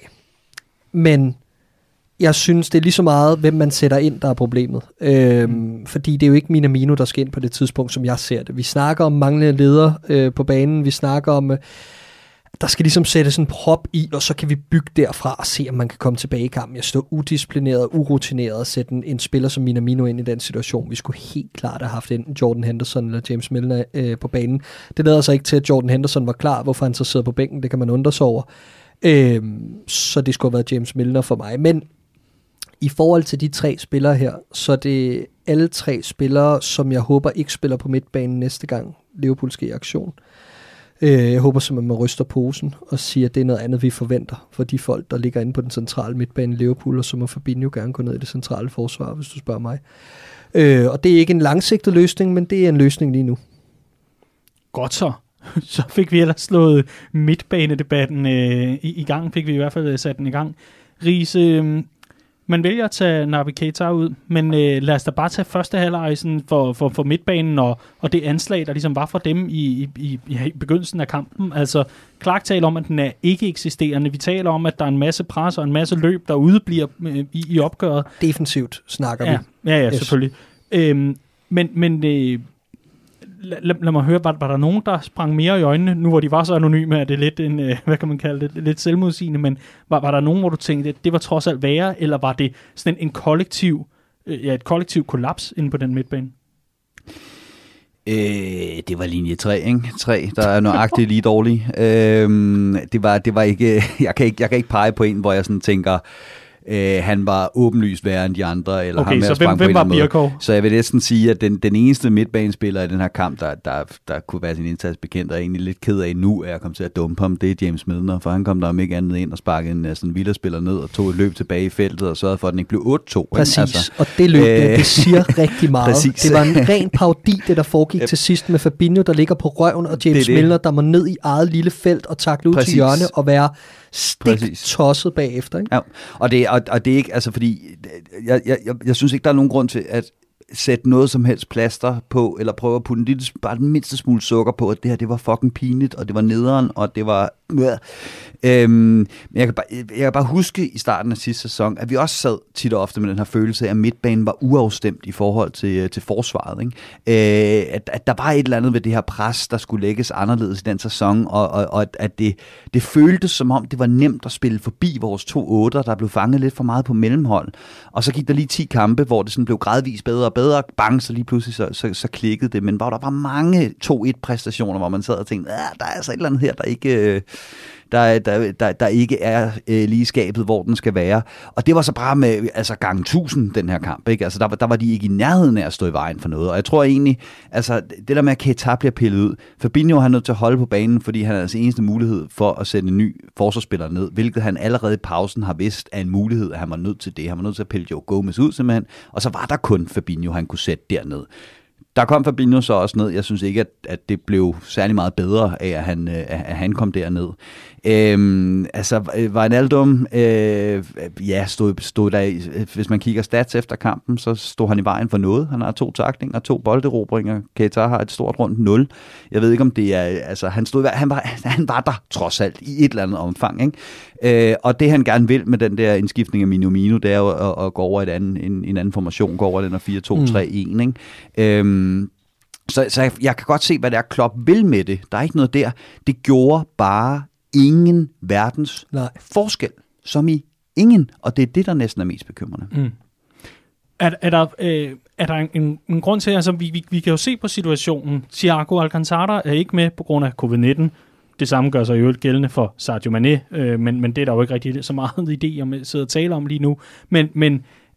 Men jeg synes, det er lige så meget, hvem man sætter ind, der er problemet. Øhm, mm. Fordi det er jo ikke Minamino, der skal ind på det tidspunkt, som jeg ser det. Vi snakker om manglende ledere øh, på banen. Vi snakker om, øh, der skal ligesom sættes en prop i, og så kan vi bygge derfra og se, om man kan komme tilbage i kampen. Jeg står udisciplineret og urutineret og sætte en, en spiller som Minamino ind i den situation. Vi skulle helt klart have haft enten Jordan Henderson eller James Milner øh, på banen. Det lader sig ikke til, at Jordan Henderson var klar. Hvorfor han så sidder på bænken, det kan man undre sig over. Øhm, så det skulle have været James Milner for mig. Men i forhold til de tre spillere her, så er det alle tre spillere, som jeg håber ikke spiller på midtbanen næste gang Liverpool skal i aktion. Jeg håber simpelthen, man ryster posen og siger, at det er noget andet, vi forventer for de folk, der ligger inde på den centrale midtbane i Liverpool, og så må Fabinho gerne gå ned i det centrale forsvar, hvis du spørger mig. Og det er ikke en langsigtet løsning, men det er en løsning lige nu. Godt så. Så fik vi ellers slået midtbanedebatten øh, i, i gang, fik vi i hvert fald sat den i gang. Riese, øh, man vælger at tage Naby Keita ud, men øh, lad os da bare tage første halvleg for, for, for midtbanen og, og det anslag, der ligesom var for dem i, i, i begyndelsen af kampen. Altså, Clark taler om, at den er ikke eksisterende. Vi taler om, at der er en masse pres og en masse løb, der udebliver øh, i, i opgøret. Defensivt snakker ja, vi. Ja, ja, yes. Selvfølgelig. Øhm, men men øh, lad, lad, lad mig høre, var, var der nogen, der sprang mere i øjnene, nu hvor de var så anonyme, at det er lidt en, øh, hvad kan man kalde det, lidt selvmodsigende, men var, var der nogen, hvor du tænkte, at det var trods alt værre, eller var det sådan en, en kollektiv, øh, ja, et kollektiv kollaps inde på den midtbane? Øh, det var linje tre, ikke? tre, der er nøjagtigt lige dårlig. Øh, det var, det var ikke, jeg kan ikke, jeg kan ikke pege på en, hvor jeg sådan tænker, Øh, han var åbenlyst værre end de andre, eller okay, ham med så at sprang hvem, hvem på var en måde. Birkov? Så jeg vil næsten sige, at den, den eneste midtbanespiller i den her kamp, der, der, der kunne være sin indsats bekendt, og er egentlig lidt ked af nu, er at komme til at dumpe ham, det er James Milner, for han kom der om ikke andet ind og sparkede en sådan Villa-spiller ned og tog et løb tilbage i feltet og sørgede for, at den ikke blev otte to. Præcis, altså, og det løb, øh, det, det siger rigtig meget. Præcis. Det var en ren parodi, det der foregik yep. til sidst med Fabinho, der ligger på røven, og James det det. Milner, der må ned i eget lille felt og takle ud Præcis. til hjørne og være stik tosset bagefter, ikke? Ja, og det, og, og det er ikke, altså fordi, jeg, jeg, jeg, jeg synes ikke, der er nogen grund til at sætte noget som helst plaster på, eller prøve at putte en lille, bare den mindste smule sukker på, at det her, det var fucking pinligt, og det var nederen, og det var... Øhm, men jeg kan, bare, jeg kan bare huske i starten af sidste sæson, at vi også sad tit og ofte med den her følelse af, at midtbanen var uafstemt i forhold til, til forsvaret. Ikke? Øh, at, at der var et eller andet ved det her pres, der skulle lægges anderledes i den sæson, og, og, og at det, det føltes som om, det var nemt at spille forbi vores to otter, der blev fanget lidt for meget på mellemhold. Og så gik der lige ti kampe, hvor det sådan blev gradvist bedre og bedre, bang, så lige pludselig så, så, så klikkede det. Men hvor der var mange to et præstationer, hvor man sad og tænkte, der er altså et eller andet her, der ikke... der, der, der, der ikke er øh, lige skabet, hvor den skal være. Og det var så bare med altså gang tusind, den her kamp. Ikke? Altså, der, der var de ikke i nærheden af at stå i vejen for noget. Og jeg tror egentlig, altså, det der med, at Keita bliver pillet ud, Fabinho har nødt til at holde på banen, fordi han er altså eneste mulighed for at sætte en ny forsvarsspiller ned, hvilket han allerede i pausen har vidst er en mulighed, at han var nødt til det. Han var nødt til at pille Joe Gomez ud simpelthen, og så var der kun Fabinho, han kunne sætte derned. Der kom Fabinho så også ned. Jeg synes ikke, at, at det blev særlig meget bedre af, at han, at han kom derned. Øhm, altså, Wijnaldum, øh, ja, stod, stod der, hvis man kigger stats efter kampen, så stod han i vejen for noget. Han har to tacklinger, to bolderobringer. Keita har et stort rundt nul. Jeg ved ikke, om det er, altså, han stod, han var, han var der trods alt i et eller andet omfang, ikke? Øh, og det han gerne vil med den der indskiftning af Mino Mino, det er jo at, at gå over et anden, en, en anden formation, gå over den her fire to tre en, ikke? Øhm, så, så jeg, jeg kan godt se, hvad det er, Klopp vil med det. Der er ikke noget der. Det gjorde bare ingen verdens Nej. forskel, som i ingen, og det er det, der næsten er mest bekymrende. Mm. Er, er der, øh, er der en, en grund til, altså vi, vi, vi kan jo se på situationen, Thiago Alcantara er ikke med på grund af covid nitten, det samme gør sig jo ikke gældende for Sadio Mané, øh, men, men det er der jo ikke rigtig så meget idé om at sidde og tale om lige nu, men, men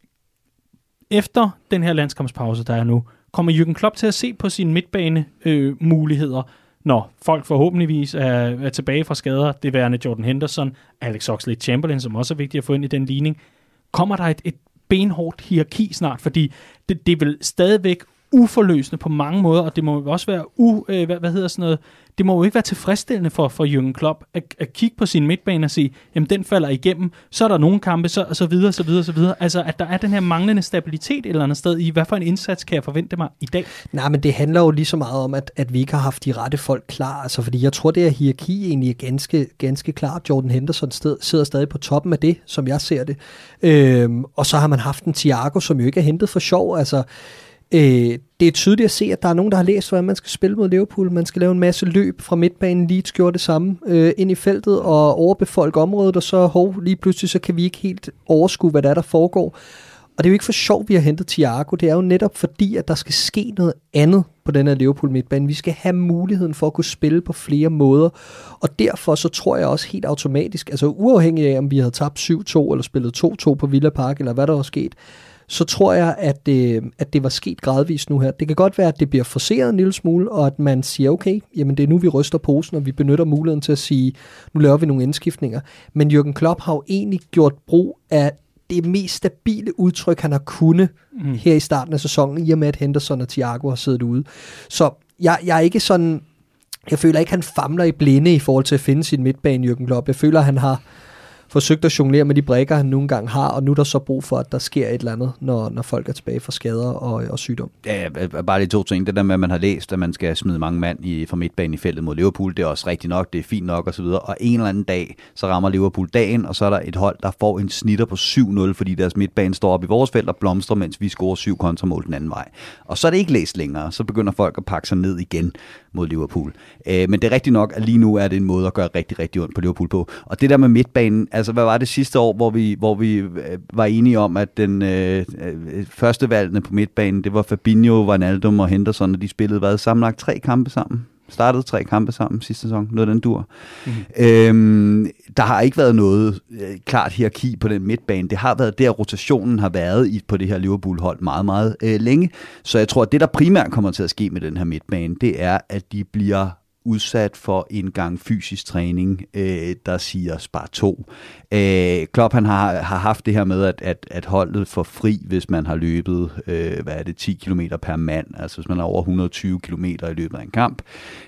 efter den her landskampspause, der er nu, kommer Jürgen Klopp til at se på sine midtbane øh, muligheder, når folk forhåbentligvis er, er tilbage fra skader, det værende Jordan Henderson, Alex Oxlade-Chamberlain, som også er vigtigt at få ind i den ligning. Kommer der et, et benhårdt hierarki snart? Fordi det, det er vel stadigvæk uforløsende på mange måder, og det må jo også være u, øh, hvad, hvad hedder sådan noget, det må jo ikke være tilfredsstillende for, for Jürgen Klopp at, at kigge på sin midtbane og sige, jamen den falder igennem, så er der nogle kampe, så, og så videre, så videre, så videre. Altså, at der er den her manglende stabilitet et eller andet sted i, hvad for en indsats kan jeg forvente mig i dag? Nej, men det handler jo lige så meget om, at, at vi ikke har haft de rette folk klar, altså, fordi jeg tror, det her hierarki egentlig er ganske, ganske klart. Jordan Henderson sted, sidder stadig på toppen af det, som jeg ser det. Øhm, og så har man haft en Thiago, som jo ikke er hentet for sjov, altså. Øh, det er tydeligt at se, at der er nogen, der har læst, hvordan man skal spille mod Liverpool. Man skal lave en masse løb fra midtbanen. Leeds gjorde det samme øh, ind i feltet og overbefolke området, og så hov, lige pludselig så kan vi ikke helt overskue, hvad der er, der foregår. Og det er jo ikke for sjovt, vi har hentet Thiago. Det er jo netop fordi, at der skal ske noget andet på den her Liverpool midtbane. Vi skal have muligheden for at kunne spille på flere måder. Og derfor så tror jeg også helt automatisk, altså uafhængig af, om vi havde tabt syv to eller spillet to to på Villa Park, eller hvad der var sket, så tror jeg, at, øh, at det var sket gradvist nu her. Det kan godt være, at det bliver forceret en lille smule, og at man siger, okay, jamen det er nu, vi ryster posen, og vi benytter muligheden til at sige, nu laver vi nogle indskiftninger. Men Jürgen Klopp har jo egentlig gjort brug af det mest stabile udtryk, han har kunnet mm. her i starten af sæsonen, i og med, at Henderson og Thiago har siddet ude. Så jeg, jeg er ikke sådan, jeg føler ikke, han famler i blinde i forhold til at finde sin midtbane, Jürgen Klopp. Jeg føler, han har forsøgt at jonglere med de brækker, han nogle gange har, og nu er der så brug for, at der sker et eller andet, når, når folk er tilbage fra skader og, og sygdom. Ja, bare de to ting. Det der med, at man har læst, at man skal smide mange mand i, fra midtbanen i feltet mod Liverpool, det er også rigtigt nok, det er fint nok osv. Og en eller anden dag, så rammer Liverpool dagen, og så er der et hold, der får en snitter på syv nul, fordi deres midtbane står op i vores felt og blomstrer, mens vi scorer syv kontramål den anden vej. Og så er det ikke læst længere, så begynder folk at pakke sig ned igen mod Liverpool. Øh, men det er rigtigt nok, at lige nu er det en måde at gøre rigtig, rigtig ondt på Liverpool på. Og det der med midtbanen, altså hvad var det sidste år, hvor vi, hvor vi var enige om, at den øh, første valgene på midtbanen, det var Fabinho, Wijnaldum og Henderson, og de spillede hvad, sammenlagt tre kampe sammen. Startede tre kampe sammen sidste sæson. Noget af den dur. Mm-hmm. Øhm, der har ikke været noget øh, klart hierarki på den midtbane. Det har været der, rotationen har været i, på det her Liverpool-hold meget, meget øh, længe. Så jeg tror, at det, der primært kommer til at ske med den her midtbane, det er, at de bliver udsat for en gang fysisk træning, øh, der siger spar to. Øh, Klopp han har, har haft det her med, at, at, at holdet får fri, hvis man har løbet øh, hvad er det, ti kilometer per mand, altså hvis man er over et hundrede og tyve kilometer i løbet af en kamp,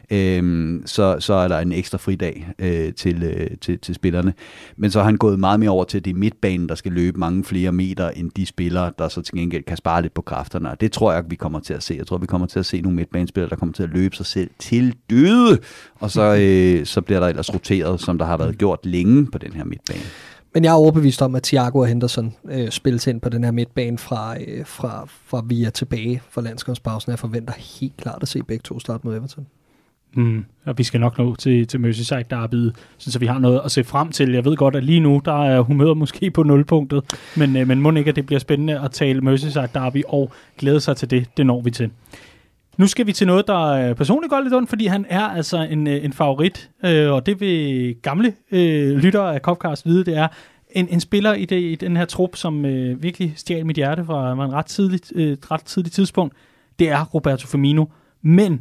øh, så, så er der en ekstra fridag øh, til, øh, til, til spillerne. Men så har han gået meget mere over til, at det er midtbanen, der skal løbe mange flere meter, end de spillere, der så til gengæld kan spare lidt på kræfterne. Og det tror jeg, vi kommer til at se. Jeg tror, vi kommer til at se nogle midtbanespillere, der kommer til at løbe sig selv til døde. Og så, øh, så bliver der ellers roteret, som der har været gjort længe på den her midtbane. Men jeg er overbevist om, at Thiago og Henderson øh, spilles ind på den her midtbane fra, øh, fra, fra vi er tilbage fra landskampspausen. Jeg forventer helt klart at se begge to starte mod Everton. Mm, og vi skal nok nå til, til Merseyside derby, så vi har noget at se frem til. Jeg ved godt, at lige nu, der er humøret måske på nulpunktet, men, øh, men må ikke, at det bliver spændende at tale Merseyside derby og glæde sig til det. Det når vi til. Nu skal vi til noget, der personligt går lidt ondt, fordi han er altså en, en favorit, øh, og det vil gamle øh, lyttere af Copcast vide, det er en, en spiller i, det, i den her trup, som øh, virkelig stjal mit hjerte fra en ret tidligt, øh, ret tidligt tidspunkt. Det er Roberto Firmino, men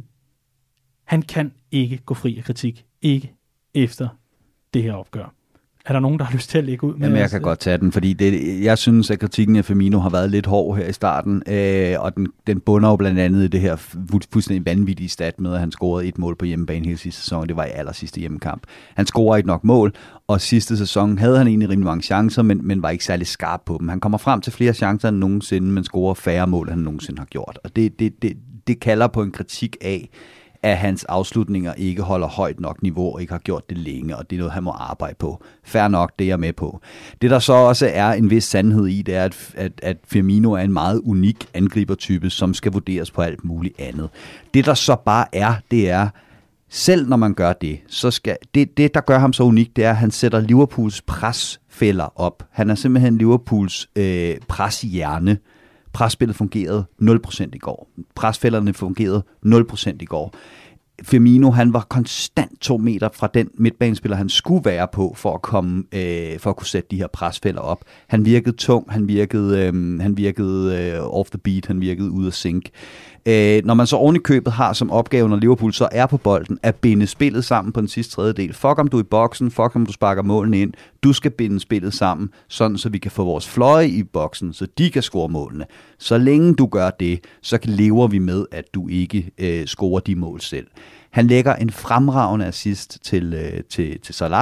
han kan ikke gå fri af kritik. Ikke efter det her opgør. Er der nogen, der har lyst til at lægge ud med? Jamen, jeg kan godt tage den, fordi det, jeg synes, at kritikken af Firmino har været lidt hård her i starten, øh, og den, den bunder jo blandt andet i det her fuldstændig vanvittige stat med, at han scorede et mål på hjemmebane hele sidste sæson. Det var i aller sidste hjemmekamp. Han scorer ikke nok mål, og sidste sæson havde han egentlig rimelig mange chancer, men, men var ikke særlig skarp på dem. Han kommer frem til flere chancer end nogensinde, men scorer færre mål, end han nogensinde har gjort. Og det, det, det, det kalder på en kritik af, at hans afslutninger ikke holder højt nok niveau, og ikke har gjort det længe, og det er noget, han må arbejde på. Fair nok, det er jeg med på. Det, der så også er en vis sandhed i, det er, at, at, at Firmino er en meget unik angribertype, som skal vurderes på alt muligt andet. Det, der så bare er, det er, selv når man gør det, så skal det, det der gør ham så unik, det er, at han sætter Liverpools presfælder op. Han er simpelthen Liverpools øh, preshjerne. Presspillet fungerede nul procent i går. Presfælderne fungerede nul procent i går. Firmino, han var konstant to meter fra den midtbanespiller, han skulle være på, for at, komme, øh, for at kunne sætte de her presfælder op. Han virkede tung, han virkede, øh, han virkede øh, off the beat, han virkede ude af sync. Øh, når man så oven i købet har som opgave, når Liverpool så er på bolden, at binde spillet sammen på den sidste tredjedel. Fuck om du er i boksen, fuck om du sparker målene ind. Du skal binde spillet sammen, sådan så vi kan få vores fløje i boksen, så de kan score målene. Så længe du gør det, så lever vi med, at du ikke øh, scorer de mål selv. Han lægger en fremragende assist til, øh, til, til Salah,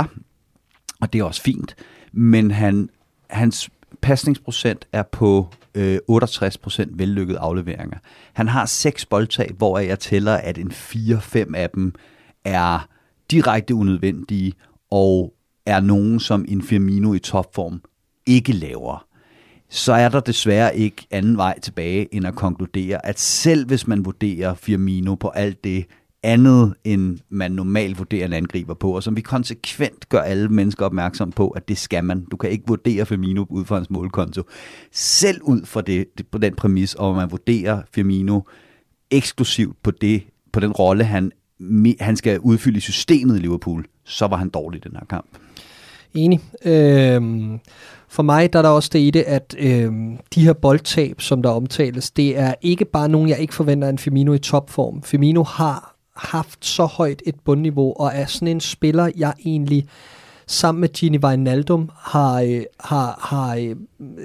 og det er også fint, men han, hans pasningsprocent er på øh, otteogtres procent vellykkede afleveringer. Han har seks boldtab, hvor jeg tæller, at en fire fem af dem er direkte unødvendige, og er nogen, som en Firmino i topform ikke laver. Så er der desværre ikke anden vej tilbage, end at konkludere, at selv hvis man vurderer Firmino på alt det andet, end man normalt vurderer en angriber på, og som vi konsekvent gør alle mennesker opmærksom på, at det skal man. Du kan ikke vurdere Firmino ud fra hans målkonto. Selv ud fra det, det, på den præmis, og man vurderer Firmino eksklusivt på, det, på den rolle, han, han skal udfylde i systemet i Liverpool, så var han dårlig i den her kamp. Enig. Øhm, for mig der er der også det i det, at øhm, de her boldtab, som der omtales, det er ikke bare nogen, jeg ikke forventer en Firmino i topform. Firmino har haft så højt et bundniveau, og er sådan en spiller, jeg egentlig sammen med Gini Wijnaldum har... Øh, har, har øh,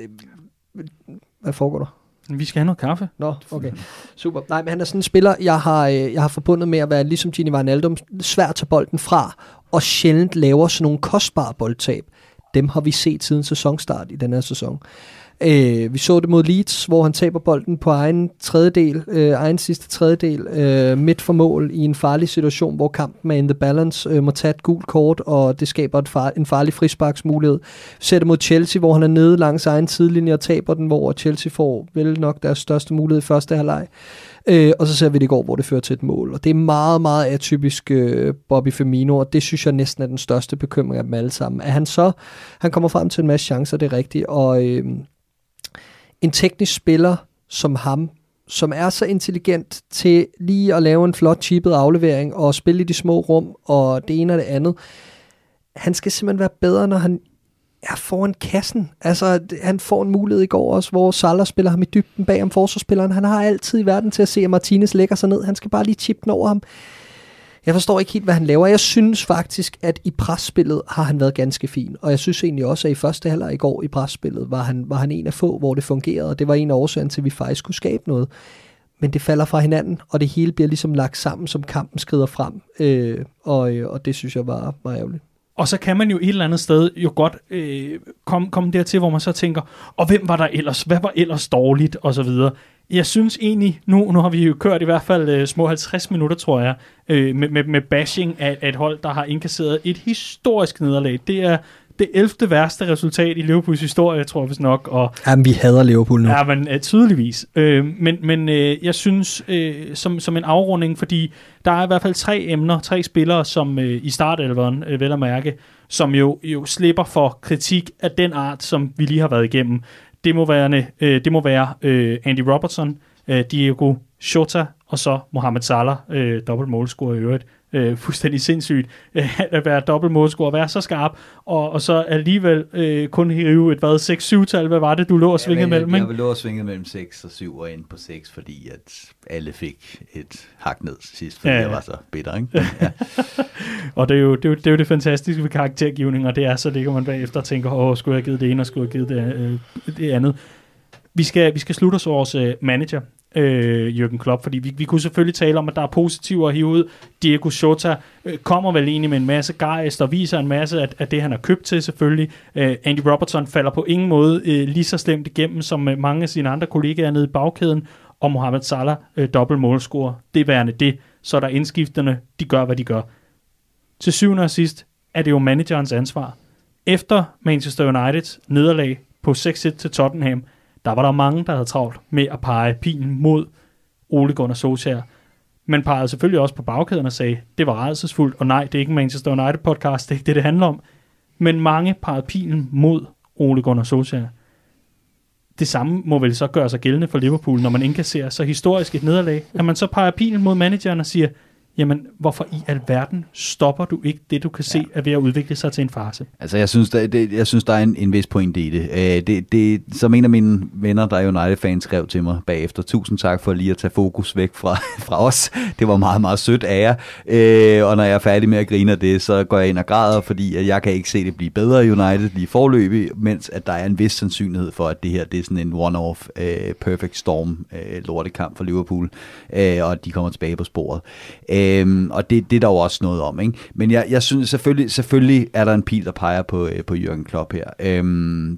hvad foregår der? Vi skal have noget kaffe. Nå, okay. Super. Nej, men han er sådan en spiller, jeg har, øh, jeg har forbundet med at være ligesom Gini Wijnaldum, svær at tage bolden fra, og sjældent laver sådan nogle kostbare boldtab. Dem har vi set siden sæsonstart i den her sæson. Øh, vi så det mod Leeds, hvor han taber bolden på egen tredjedel, øh, egen sidste tredjedel, øh, midt for mål i en farlig situation, hvor kampen er in the balance, øh, må tage et gult kort, og det skaber et far, en farlig frisparksmulighed. Vi ser det mod Chelsea, hvor han er nede langs egen sidelinje og taber den, hvor Chelsea får vel nok deres største mulighed i første halvleg. Øh, og så ser vi det i går, hvor det fører til et mål. Og det er meget, meget atypisk øh, Bobby Firmino, og det synes jeg næsten er den største bekymring af dem alle sammen. At han så, han kommer frem til en masse chancer, det er rigtigt, og øh, en teknisk spiller som ham, som er så intelligent til lige at lave en flot chippet aflevering og spille i de små rum og det ene og det andet. Han skal simpelthen være bedre, når han er foran kassen. Altså, han får en mulighed i går også, hvor Salah spiller ham i dybden bag om forsvarsspilleren. Han har altid i verden til at se, at Martinez lægger sig ned. Han skal bare lige chippe den over ham. Jeg forstår ikke helt, hvad han laver. Jeg synes faktisk, at i presspillet har han været ganske fin. Og jeg synes egentlig også, at i første halvleg i går i presspillet var han, var han en af få, hvor det fungerede. Og det var en af årsagen til, at vi faktisk kunne skabe noget. Men det falder fra hinanden, og det hele bliver ligesom lagt sammen, som kampen skrider frem. Øh, og, og det synes jeg var, var ærgerligt. Og så kan man jo et eller andet sted jo godt øh, komme, komme dertil, hvor man så tænker, og hvem var der ellers? Hvad var ellers dårligt? Og så videre. Jeg synes egentlig, nu, nu har vi jo kørt i hvert fald øh, små halvtreds minutter, tror jeg, øh, med, med, med bashing af, af et hold, der har indkasseret et historisk nederlag. Det er det ellevte værste resultat i Liverpools historie, tror jeg vist nok. Og, Jamen, vi hader Liverpool nu. Ja, men uh, tydeligvis. Øh, men men øh, jeg synes, øh, som, som en afrunding, fordi der er i hvert fald tre emner, tre spillere, som øh, i startelveren, øh, vel at mærke, som jo, jo slipper for kritik af den art, som vi lige har været igennem. Det må være, øh, det må være øh, Andy Robertson, øh, Diego Jota og så Mohamed Salah, øh, dobbelt målscorer i øvrigt. Øh, fuldstændig sindssygt øh, at være dobbelt målscorer, at være så skarp, og, og så alligevel øh, kun hive et, hvad, seks syv tal, hvad var det, du lå og svingede ja, mellem? Jeg, jeg vil lå og svingede mellem seks og syv og ind på seks, fordi at alle fik et hak ned til sidst, fordi ja, ja. jeg var så bitter, ikke? Ja. Og det er, jo, det, er jo, det er jo det fantastiske ved karaktergivning, og det er, så ligger man bagefter og tænker, åh, skulle jeg have givet det ene, og skulle jeg have givet det, øh, det andet. Vi skal, vi skal slutte os vores øh, manager, øh, Jürgen Klopp, fordi vi, vi kunne selvfølgelig tale om, at der er positiver at hive ud. Diego Jota øh, kommer vel egentlig med en masse gejst og viser en masse af, af det, han har købt til selvfølgelig. Øh, Andy Robertson falder på ingen måde øh, lige så slemt igennem, som øh, mange af sine andre kollegaer nede i bagkæden, og Mohamed Salah, øh, dobbelt målscorer. Det er værende det, så er der indskifterne, de gør, hvad de gør. Til syvende og sidst er det jo managerens ansvar. Efter Manchester Uniteds nederlag på seks et til Tottenham, der var der mange, der havde travlt med at pege pilen mod Ole Gunnar Solskjaer. Men pegede selvfølgelig også på bagkæden og sagde, det var rædselsfuldt, og nej, det er ikke en Manchester United podcast, det er ikke det, det handler om. Men mange pegede pilen mod Ole Gunnar Solskjaer. Det samme må vel så gøre sig gældende for Liverpool, når man indkasserer så historisk et nederlag, at man så peger pilen mod manageren og siger, jamen, hvorfor i alverden stopper du ikke det, du kan se, ja. er ved at udvikle sig til en fase? Altså, jeg synes, der, det, jeg synes, der er en, en vis pointe i det. Øh, det, det. Som en af mine venner, der er United-fans, skrev til mig bagefter, tusind tak for lige at tage fokus væk fra, fra os. Det var meget, meget sødt af jer. Øh, og når jeg er færdig med at grine af det, så går jeg ind og græder, fordi at jeg kan ikke se det blive bedre i United lige forløbig, mens at der er en vis sandsynlighed for, at det her det er sådan en one-off, uh, perfect storm uh, lortekamp for Liverpool, uh, og at de kommer tilbage på sporet. Uh, Øhm, og det, det er der jo også noget om, ikke? Men jeg, jeg synes selvfølgelig, selvfølgelig er der en pil, der peger på, øh, på Jürgen Klopp her. Øhm,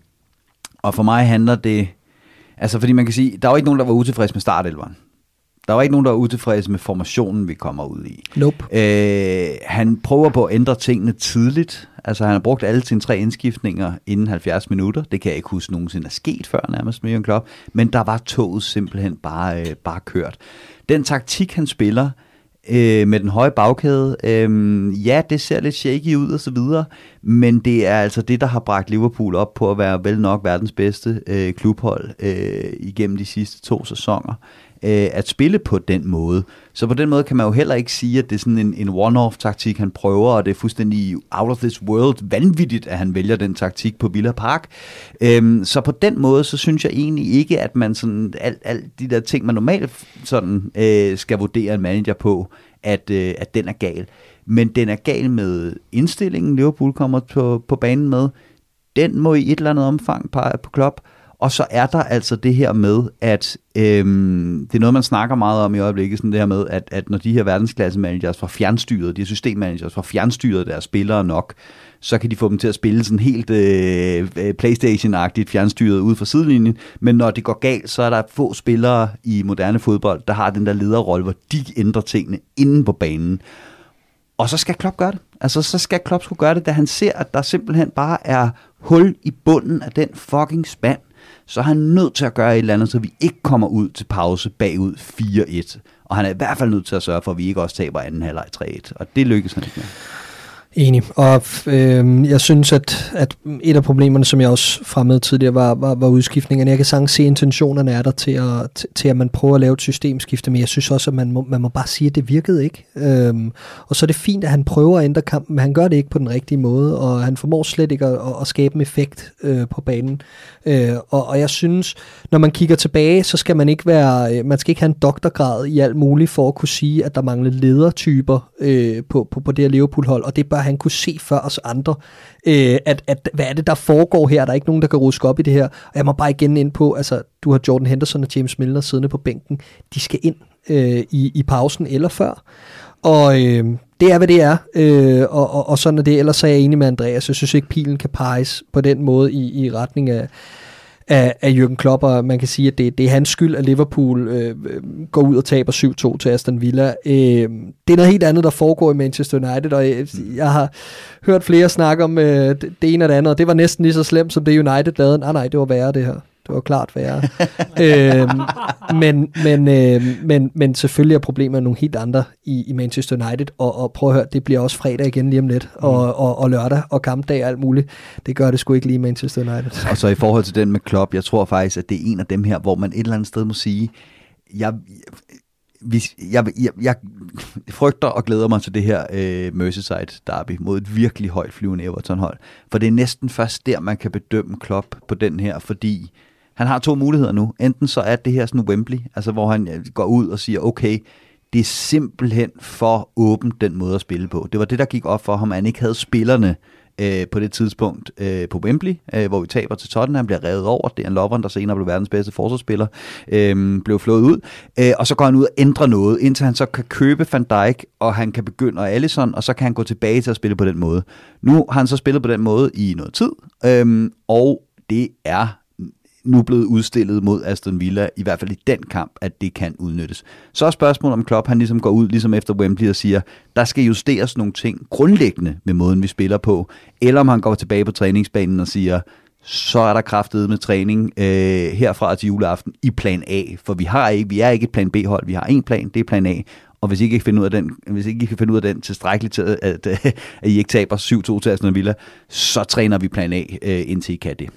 og for mig handler det, altså fordi man kan sige, der var ikke nogen, der var utilfreds med startelveren. Der var ikke nogen, der var utilfreds med formationen, vi kommer ud i. Nope. Øh, han prøver på at ændre tingene tidligt. Altså han har brugt alle sine tre indskiftninger inden halvfjerds minutter. Det kan jeg ikke huske nogensinde er sket før nærmest med Jürgen Klopp. Men der var toget simpelthen bare, øh, bare kørt. Den taktik, han spiller, Øh, med den høje bagkæde, øh, ja, det ser lidt shaky ud og så videre, men det er altså det, der har bragt Liverpool op på at være vel nok verdens bedste øh, klubhold øh, igennem de sidste to sæsoner. Øh, at spille på den måde. Så på den måde kan man jo heller ikke sige, at det er sådan en, en one-off-taktik, han prøver, og det er fuldstændig out of this world vanvittigt, at han vælger den taktik på Villa Park. Øhm, så på den måde, så synes jeg egentlig ikke, at man sådan, alt, alt de der ting, man normalt sådan, øh, skal vurdere en manager på, at, øh, at den er gal. Men den er gal med indstillingen, Liverpool kommer på, på banen med. Den må i et eller andet omfang pege på Klopp. Og så er der altså det her med, at øhm, det er noget, man snakker meget om i øjeblikket, sådan det her med, at, at når de her verdensklasse-managers fra fjernstyret, de her systemmanagers fra fjernstyret deres spillere nok, så kan de få dem til at spille sådan helt øh, PlayStation-agtigt fjernstyret ude fra sidelinjen. Men når det går galt, så er der få spillere i moderne fodbold, der har den der lederrolle, hvor de ændrer tingene inde på banen. Og så skal Klopp gøre det. Altså, så skal Klopp skulle gøre det, da han ser, at der simpelthen bare er hul i bunden af den fucking spand. Så er han nødt til at gøre et eller andet, så vi ikke kommer ud til pause bagud fire et. Og han er i hvert fald nødt til at sørge for, at vi ikke også taber anden halvleg tre et. Og det lykkes han ikke med. Enig, og øh, jeg synes, at, at et af problemerne, som jeg også fremmede tidligere, var, var, var udskiftningerne. Jeg kan sagtens se, at intentionerne er der til at, til, til, at man prøver at lave et systemskifte, men jeg synes også, at man må, man må bare sige, at det virkede ikke. Øhm, og så er det fint, at han prøver at ændre kampen, men han gør det ikke på den rigtige måde, og han formår slet ikke at, at skabe en effekt øh, på banen. Øh, og, og jeg synes, når man kigger tilbage, så skal man ikke være, man skal ikke have en doktorgrad i alt muligt for at kunne sige, at der mangler ledertyper øh, på, på, på det her Liverpool-hold, og det bør han kunne se før os andre, øh, at, at hvad er det, der foregår her? Der er ikke nogen, der kan ruske op i det her. Og jeg må bare igen ind på, altså, du har Jordan Henderson og James Milner siddende på bænken. De skal ind øh, i, i pausen eller før. Og øh, det er, hvad det er. Øh, og, og, og sådan er det. Ellers så er jeg enig med Andreas. Jeg synes ikke, pilen kan peges på den måde i, i retning af af, af Jürgen Klopp, og man kan sige, at det, det er hans skyld, at Liverpool øh, går ud og taber syv to til Aston Villa. Øh, det er noget helt andet, der foregår i Manchester United, og jeg, jeg har hørt flere snakke om øh, det, det ene og det andet, og det var næsten lige så slemt, som det United lavede. Nej, nej, det var værre det her. Det var klart værre. øhm, men, men, øh, men, men selvfølgelig er problemerne nogle helt andre i, i Manchester United, og, og prøv at høre, det bliver også fredag igen lige om lidt, mm. og, og, og lørdag, og kampdag og alt muligt. Det gør det sgu ikke lige i Manchester United. Og så i forhold til den med Klopp, jeg tror faktisk, at det er en af dem her, hvor man et eller andet sted må sige, jeg... vi, jeg, jeg, jeg frygter og glæder mig til det her øh, Merseyside derby mod et virkelig højt flyvende Everton-hold. For det er næsten først der, man kan bedømme Klopp på den her, fordi han har to muligheder nu. Enten så er det her sådan Wembley, altså hvor han går ud og siger, okay, det er simpelthen for åbent den måde at spille på. Det var det, der gik op for ham, at han ikke havde spillerne øh, på det tidspunkt øh, på Wembley, øh, hvor vi taber til Tottenham. Han bliver revet over. Det er en Lovren, der senere blev verdens bedste forsvarsspiller, øh, blev flået ud. Øh, og så går han ud og ændrer noget, indtil han så kan købe Van Dijk, og han kan begynde, og Alisson, og så kan han gå tilbage til at spille på den måde. Nu har han så spillet på den måde i noget tid, øh, og det er nu blevet udstillet mod Aston Villa, i hvert fald i den kamp, at det kan udnyttes. Så er spørgsmålet om Klopp, han ligesom går ud ligesom efter Wembley og siger, der skal justeres nogle ting grundlæggende med måden, vi spiller på, eller om han går tilbage på træningsbanen og siger, så er der kraftet med træning øh, herfra til juleaften i plan A, for vi har ikke, vi er ikke et plan B-hold, vi har en plan, det er plan A, og hvis I ikke kan finde ud af den, hvis I ikke kan finde ud af den tilstrækkeligt til, at, at, at I ikke taber syv to til Aston Villa, så træner vi plan A, øh, indtil I kan det.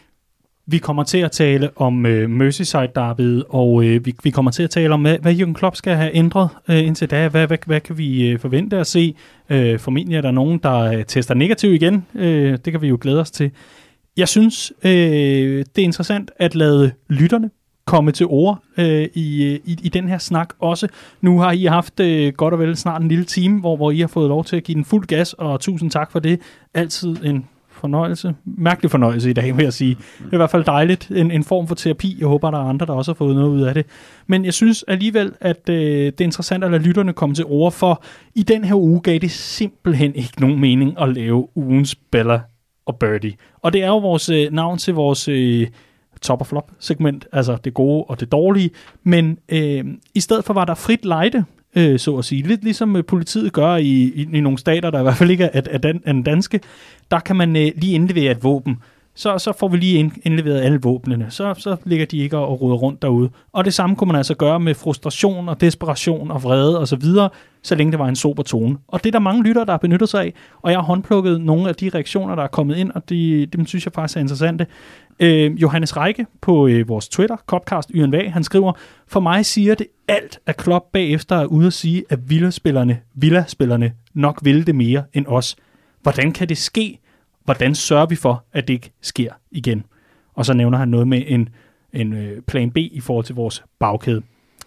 Vi kommer til at tale om øh, Merseyside-derbyet, og øh, vi, vi kommer til at tale om, hvad, hvad Jürgen Klopp skal have ændret øh, indtil da. Hvad, hvad, hvad kan vi øh, forvente at se? Øh, formentlig er der nogen, der øh, tester negativ igen. Øh, det kan vi jo glæde os til. Jeg synes, øh, det er interessant at lade lytterne komme til ord øh, i, i, i den her snak også. Nu har I haft øh, godt og vel snart en lille time, hvor, hvor I har fået lov til at give den fuld gas, og tusind tak for det. Altid en fornøjelse. Mærkelig fornøjelse i dag, vil jeg sige. Det er i hvert fald dejligt. En, en form for terapi. Jeg håber, der er andre, der også har fået noget ud af det. Men jeg synes alligevel, at øh, det er interessant at lade lytterne komme til ord, for i den her uge gav det simpelthen ikke nogen mening at lave ugens Bella og Birdie. Og det er jo vores øh, navn til vores øh, top og flop segment, altså det gode og det dårlige. Men øh, i stedet for var der frit lejde, Øh, så at sige. Lidt ligesom øh, politiet gør i, i, i nogle stater, der i hvert fald ikke er, er, dan, er danske, der kan man øh, lige indlevere et våben. Så, så får vi lige ind, indleveret alle våbnene. Så, så ligger de ikke og roder rundt derude. Og det samme kunne man altså gøre med frustration og desperation og vrede og så videre, så længe det var en sober tone. Og det er der mange lyttere, der har benyttet sig af, og jeg har håndplukket nogle af de reaktioner, der er kommet ind, og de, dem synes jeg faktisk er interessante. Øh, Johannes Reike på øh, vores Twitter, Copcast Y N V, han skriver, for mig siger det alt, at Klopp bagefter er ude at sige, at Villa-spillerne, Villa-spillerne nok vil det mere end os. Hvordan kan det ske? Hvordan sørger vi for, at det ikke sker igen? Og så nævner han noget med en, en øh, plan B i forhold til vores bagkæde.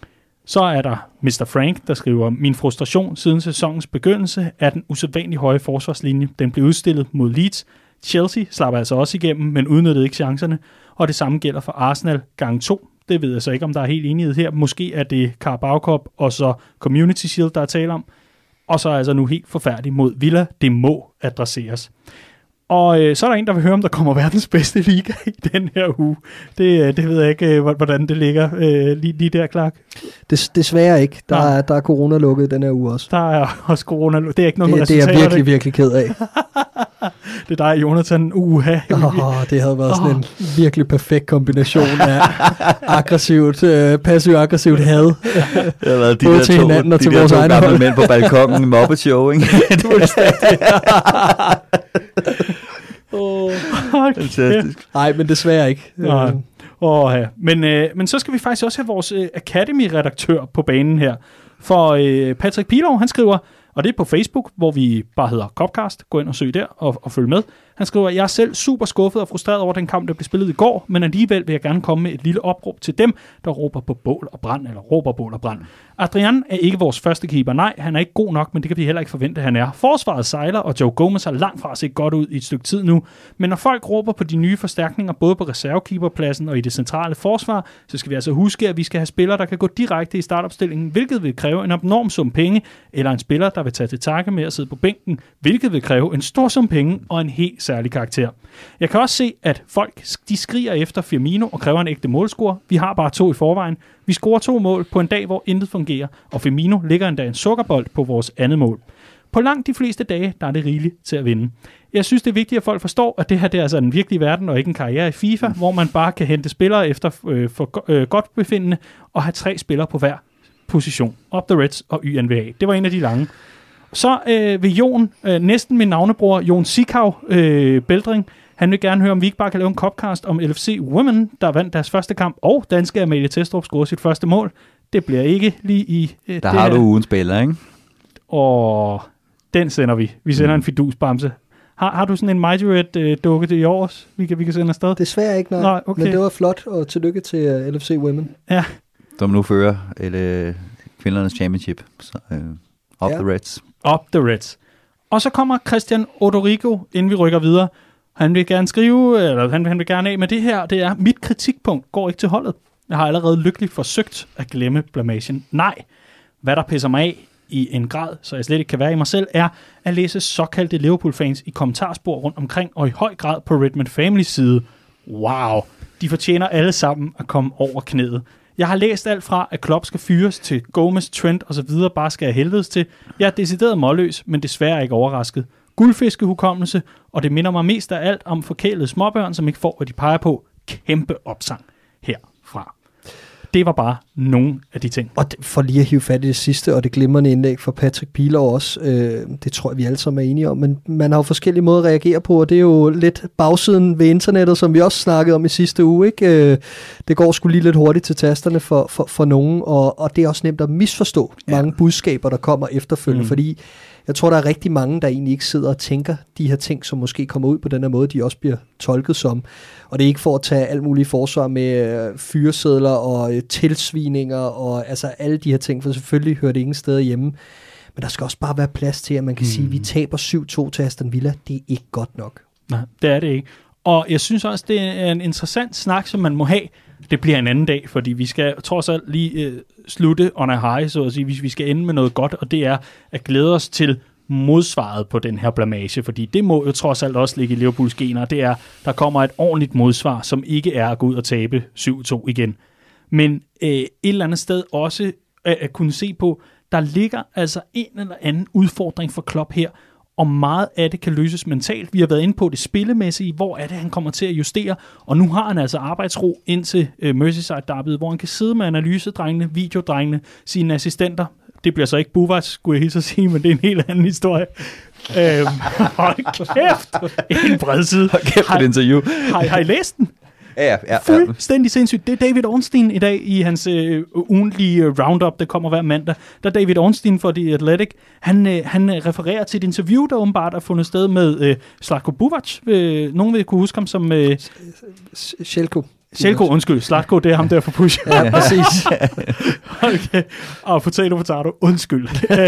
Så er der mister Frank, der skriver, min frustration siden sæsonens begyndelse er den usædvanligt høje forsvarslinje. Den blev udstillet mod Leeds. Chelsea slapper altså også igennem, men udnyttede ikke chancerne. Og det samme gælder for Arsenal gang to. Det ved jeg så ikke, om der er helt enighed her. Måske er det Carabao Cup og så Community Shield, der er tale om. Og så er altså nu helt forfærdelig mod Villa. Det må adresseres. Og øh, så er der en, der vil høre, om der kommer verdens bedste liga i den her uge. Det, det ved jeg ikke, hvordan det ligger øh, lige, lige der, Clark. Des, desværre ikke. Der, er, der er corona lukket den her uge også. Der er også corona lukket. Det er ikke noget det, med resultater. Det er jeg virkelig, virkelig ked af. Det er dig, Jonathan. Uha. Oh, det havde været sådan oh. en virkelig perfekt kombination af aggressivt, øh, passiv-aggressivt had. Det har været de både der til to, hinanden og de til der vores to egne gamle hold. mænd på balkongen i Muppet Show, ikke? oh. Fantastisk. Nej, men desværre ikke. Nej. Oh, ja. men, øh, men så skal vi faktisk også have vores øh, Academy-redaktør på banen her. For øh, Patrick Pilov, han skriver, og det er på Facebook, hvor vi bare hedder Copcast. Gå ind og søg der og, og følg med. Han skriver, jeg er selv super skuffet og frustreret over den kamp, der blev spillet i går, men alligevel vil jeg gerne komme med et lille opråb til dem, der råber på bål og brand, eller råber bål og brand. Adrian er ikke vores første keeper. Nej, han er ikke god nok, men det kan vi heller ikke forvente, han er. Forsvaret sejler, og Joe Gomez har langt fra set godt ud i et stykke tid nu. Men når folk råber på de nye forstærkninger, både på reservekeeperpladsen og i det centrale forsvar, så skal vi altså huske, at vi skal have spillere, der kan gå direkte i startopstillingen, hvilket vil kræve en enorm sum penge, eller en spiller, der vil tage til takke med at sidde på bænken, hvilket vil kræve en stor sum penge og en helt særlig karakter. Jeg kan også se, at folk de skriger efter Firmino og kræver en ægte målscorer. Vi har bare to i forvejen. Vi scorer to mål på en dag, hvor intet fungerer, og Firmino ligger endda en sukkerbold på vores andet mål. På langt de fleste dage, der er det rigeligt til at vinde. Jeg synes, det er vigtigt, at folk forstår, at det her det er altså den virkelige verden, og ikke en karriere i FIFA, hvor man bare kan hente spillere efter øh, for øh, godt befindende, og have tre spillere på hver position. Up the Reds og Y N V A. Det var en af de lange. Så øh, vil Jon, øh, næsten min navnebror, Jon Sikau øh, Beldring, han vil gerne høre, om vi ikke bare kan lave en copcast om L F C Women, der vandt deres første kamp, og danske Amalie Testrup scorede sit første mål. det bliver ikke lige i øh, Der det har her. du ugen spiller, ikke? Og den sender vi. Vi sender mm. en fidusbamse. Har, har du sådan en Majorette-dukke til i år, vi kan, vi kan sende afsted? Desværre ikke, nej. nej okay. Men det var flot, og tillykke til uh, L F C Women. Ja. Som nu fører eller, kvindernes championship. Så, uh, up ja. the Reds. Up the Reds. Og så kommer Christian Odorico, inden vi rykker videre. Han vil gerne skrive, eller han, han vil gerne af med det her. Det er, mit kritikpunkt går ikke til holdet. Jeg har allerede lykkeligt forsøgt at glemme blamagen. Nej, hvad der pisser mig af i en grad, så jeg slet ikke kan være i mig selv, er at læse såkaldte Liverpool-fans i kommentarspor rundt omkring, og i høj grad på Redmond Families side. Wow, de fortjener alle sammen at komme over knæet. Jeg har læst alt fra, at Klopp skal fyres til Gomez, Trent og så videre bare skal have helvedes til. Jeg er decideret målløs, men desværre ikke overrasket. Guldfiskehukommelse, og det minder mig mest af alt om forkælede småbørn, som ikke får, hvad de peger på. Kæmpe opsang herfra. Det var bare nogle af de ting. Og det, for lige at hive fat i det sidste, og det glimrende indlæg fra Patrick Pilar også, øh, det tror jeg, vi alle sammen er enige om, men man har jo forskellige måder at reagere på, og det er jo lidt bagsiden ved internettet, som vi også snakkede om i sidste uge, ikke? Øh, det går sgu lige lidt hurtigt til tasterne for, for, for nogen, og, og det er også nemt at misforstå ja. mange budskaber, der kommer efterfølgende, mm. fordi jeg tror, der er rigtig mange, der egentlig ikke sidder og tænker de her ting, som måske kommer ud på den her måde, de også bliver tolket som. Og det er ikke for at tage alt muligt forsvar med øh, fyresedler og øh, tilsvininger og altså alle de her ting, for selvfølgelig hører det ingen steder hjemme. Men der skal også bare være plads til, at man kan mm. sige, at vi taber syv to til Aston Villa. Det er ikke godt nok. Nej, det er det ikke. Og jeg synes også, det er en interessant snak, som man må have. Det bliver en anden dag, fordi vi skal trods alt lige øh, slutte on a high, så at sige, hvis vi skal ende med noget godt, og det er at glæde os til modsvaret på den her blamage, fordi det må jo trods alt også ligge i Liverpools gener, det er, der kommer et ordentligt modsvar, som ikke er at gå ud og tabe syv to igen. Men øh, et eller andet sted også at, at kunne se på, der ligger altså en eller anden udfordring for Klopp her, og meget af det kan løses mentalt. Vi har været inde på det spillemæssige, hvor er det, han kommer til at justere, og nu har han altså arbejdsro ind til øh, Merseyside-derbyet, hvor han kan sidde med analysedrengene, videodrengene, sine assistenter. Det bliver så ikke Buvac, skulle jeg hilse at sige, men det er en helt anden historie. øhm, hold kæft, en bred side. Hold kæft for et interview. Har, har I læst den? Ja, ja, ja. Fuldstændig sindssygt. Det er David Ornstein i dag i hans øh, ugentlige roundup, der kommer hver mandag. Der er David Ornstein for The Athletic. Han, øh, han refererer til et interview, der åbenbart er fundet sted med øh, Zlatko Buvac. Øh, nogen vil kunne huske ham som... Øh, Sjælko. Sjælko, undskyld. Zlatko, det er ham der for push. Ja, præcis. Okay. Og potato, potato, undskyld.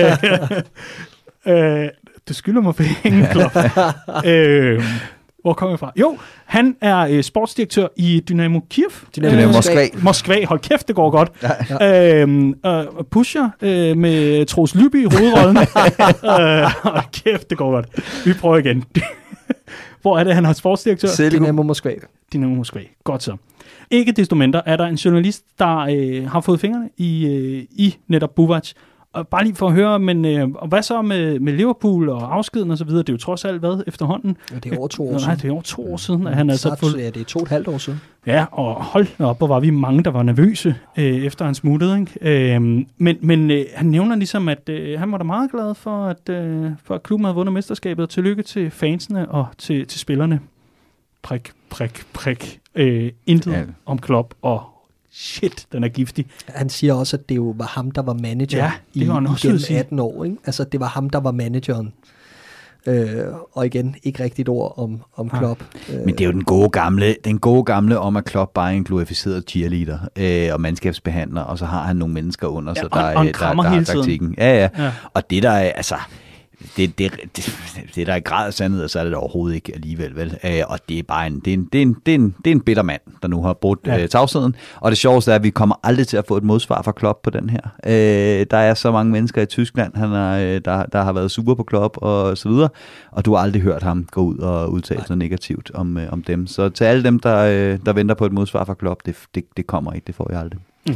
øh, du skylder mig penge, Klopp. øh, Hvor kommer jeg fra? Jo, han er øh, sportsdirektør i Dynamo Kiev. Dynamo øh, Moskva. Moskva, hold kæft, det går godt. Ja, ja. Øhm, øh, pusher øh, med Troels Lyby i hovedrollen. øh, hold kæft, det går godt. Vi prøver igen. Hvor er det, han har sportsdirektør? Dynamo Moskva. Dynamo Moskva. Godt så. Ikke desto mindre er der en journalist, der øh, har fået fingrene i, øh, i netop Buvac. Og bare lige for at høre, men øh, hvad så med, med Liverpool og afskeden og så videre? Det er jo trods alt hvad efterhånden? Ja, det er over to år siden. Nej, det er over to år siden, at han altså fået... Ja, det er to og et halvt år siden. Ja, og hold op, hvor var vi mange, der var nervøse, øh, efter han smuttede, ikke? Øh, men men øh, han nævner ligesom, at øh, han var da meget glad for, at, øh, for, at klubben havde vundet mesterskabet, og tillykke til fansene og til, til spillerne. Prik, prik, prik. Øh, intet ja. om Klopp, og shit, den er giftig. Han siger også, at det jo var ham, der var manager ja, det var i igennem atten år. Ikke? Altså, det var ham, der var manageren. Øh, og igen, ikke rigtigt ord om, om Klopp. Ja. Men det er jo den gode gamle, den gode gamle om, at Klopp bare er en glorificeret cheerleader øh, og mandskabsbehandler, og så har han nogle mennesker under, ja, så der, og, og der, der, der har taktikken. Ja, ja, ja. Og det der er, altså... Det, det, det, det der er grad af sandhed, og så er det overhovedet ikke alligevel, vel? Øh, og det er bare en, det er en, det er en, det er en, det er en bitter mand, der nu har brudt ja. øh, tavsheden. Og det sjoveste er, at vi kommer aldrig til at få et modsvar fra Klopp på den her. Øh, der er så mange mennesker i Tyskland, han er, der, der har været super på Klopp og så videre, og du har aldrig hørt ham gå ud og udtale sig negativt om, øh, om dem. Så til alle dem, der, øh, der venter på et modsvar fra Klopp, det, det, det kommer ikke, det får jeg aldrig. Mm.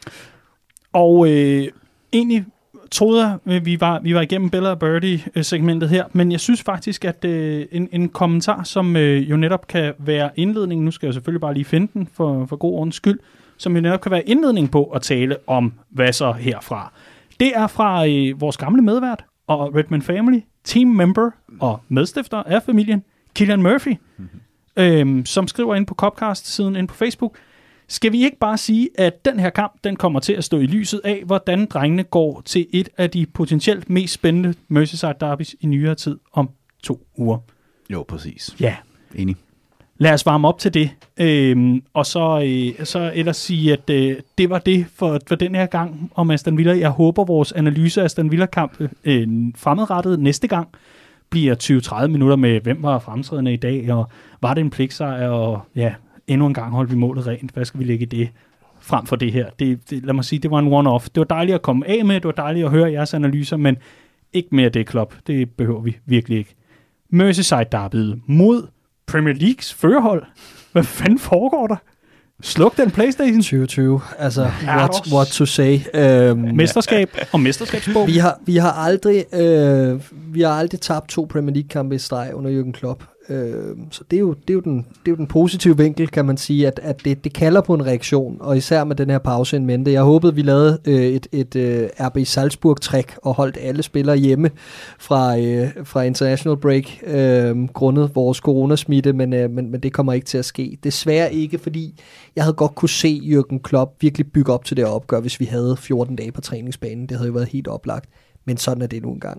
Og øh, egentlig troede jeg, vi var, vi var igennem Bella og Birdie-segmentet her, men jeg synes faktisk, at øh, en, en kommentar, som øh, jo netop kan være indledningen, nu skal jeg selvfølgelig bare lige finde den for, for god ordens skyld, som jo netop kan være indledning på at tale om, hvad så herfra. Det er fra øh, vores gamle medvært og Redmond Family, team member og medstifter af familien, Cillian Murphy, mm-hmm. øh, som skriver ind på Copcast-siden ind på Facebook: Skal vi ikke bare sige, at den her kamp, den kommer til at stå i lyset af, hvordan drengene går til et af de potentielt mest spændende Merseyside derbys i nyere tid om to uger? Jo, præcis. Ja. Enig. Lad os varme op til det, øhm, og så, øh, så ellers sige, at øh, det var det for, for den her gang om Aston Villa. Jeg håber, vores analyse af Aston Villa-kamp øh, fremadrettet næste gang bliver tyve til tredive minutter med, hvem var fremtrædende i dag, og var det en pligtsejr, og ja, endnu en gang holdt vi målet rent. Hvad skal vi lægge i det frem for det her? Det, det, lad mig sige, det var en one-off. Det var dejligt at komme af med, det var dejligt at høre jeres analyser, men ikke mere det, Klopp. Det behøver vi virkelig ikke. Merseyside-derbyet mod Premier Leagues førerhold. Hvad fanden foregår der? Sluk den PlayStation. tyve tyve. Altså, what, what to say. Um, Mesterskab og mesterskabsbog. Vi har, vi har aldrig øh, vi har aldrig tabt to Premier League-kampe i streg under Jürgen Klopp. Øh, så det er, jo, det, er jo den, det er jo den positive vinkel, kan man sige, at, at det, det kalder på en reaktion, og især med den her pause in mente. Jeg håbede, vi lavede øh, et, et øh, R B Salzburg-træk og holdt alle spillere hjemme fra, øh, fra international break, øh, grundet vores coronasmitte, men, øh, men, men det kommer ikke til at ske. Desværre ikke, fordi jeg havde godt kunne se Jürgen Klopp virkelig bygge op til det opgør, hvis vi havde fjorten dage på træningsbanen. Det havde jo været helt oplagt. Men sådan er det nu engang.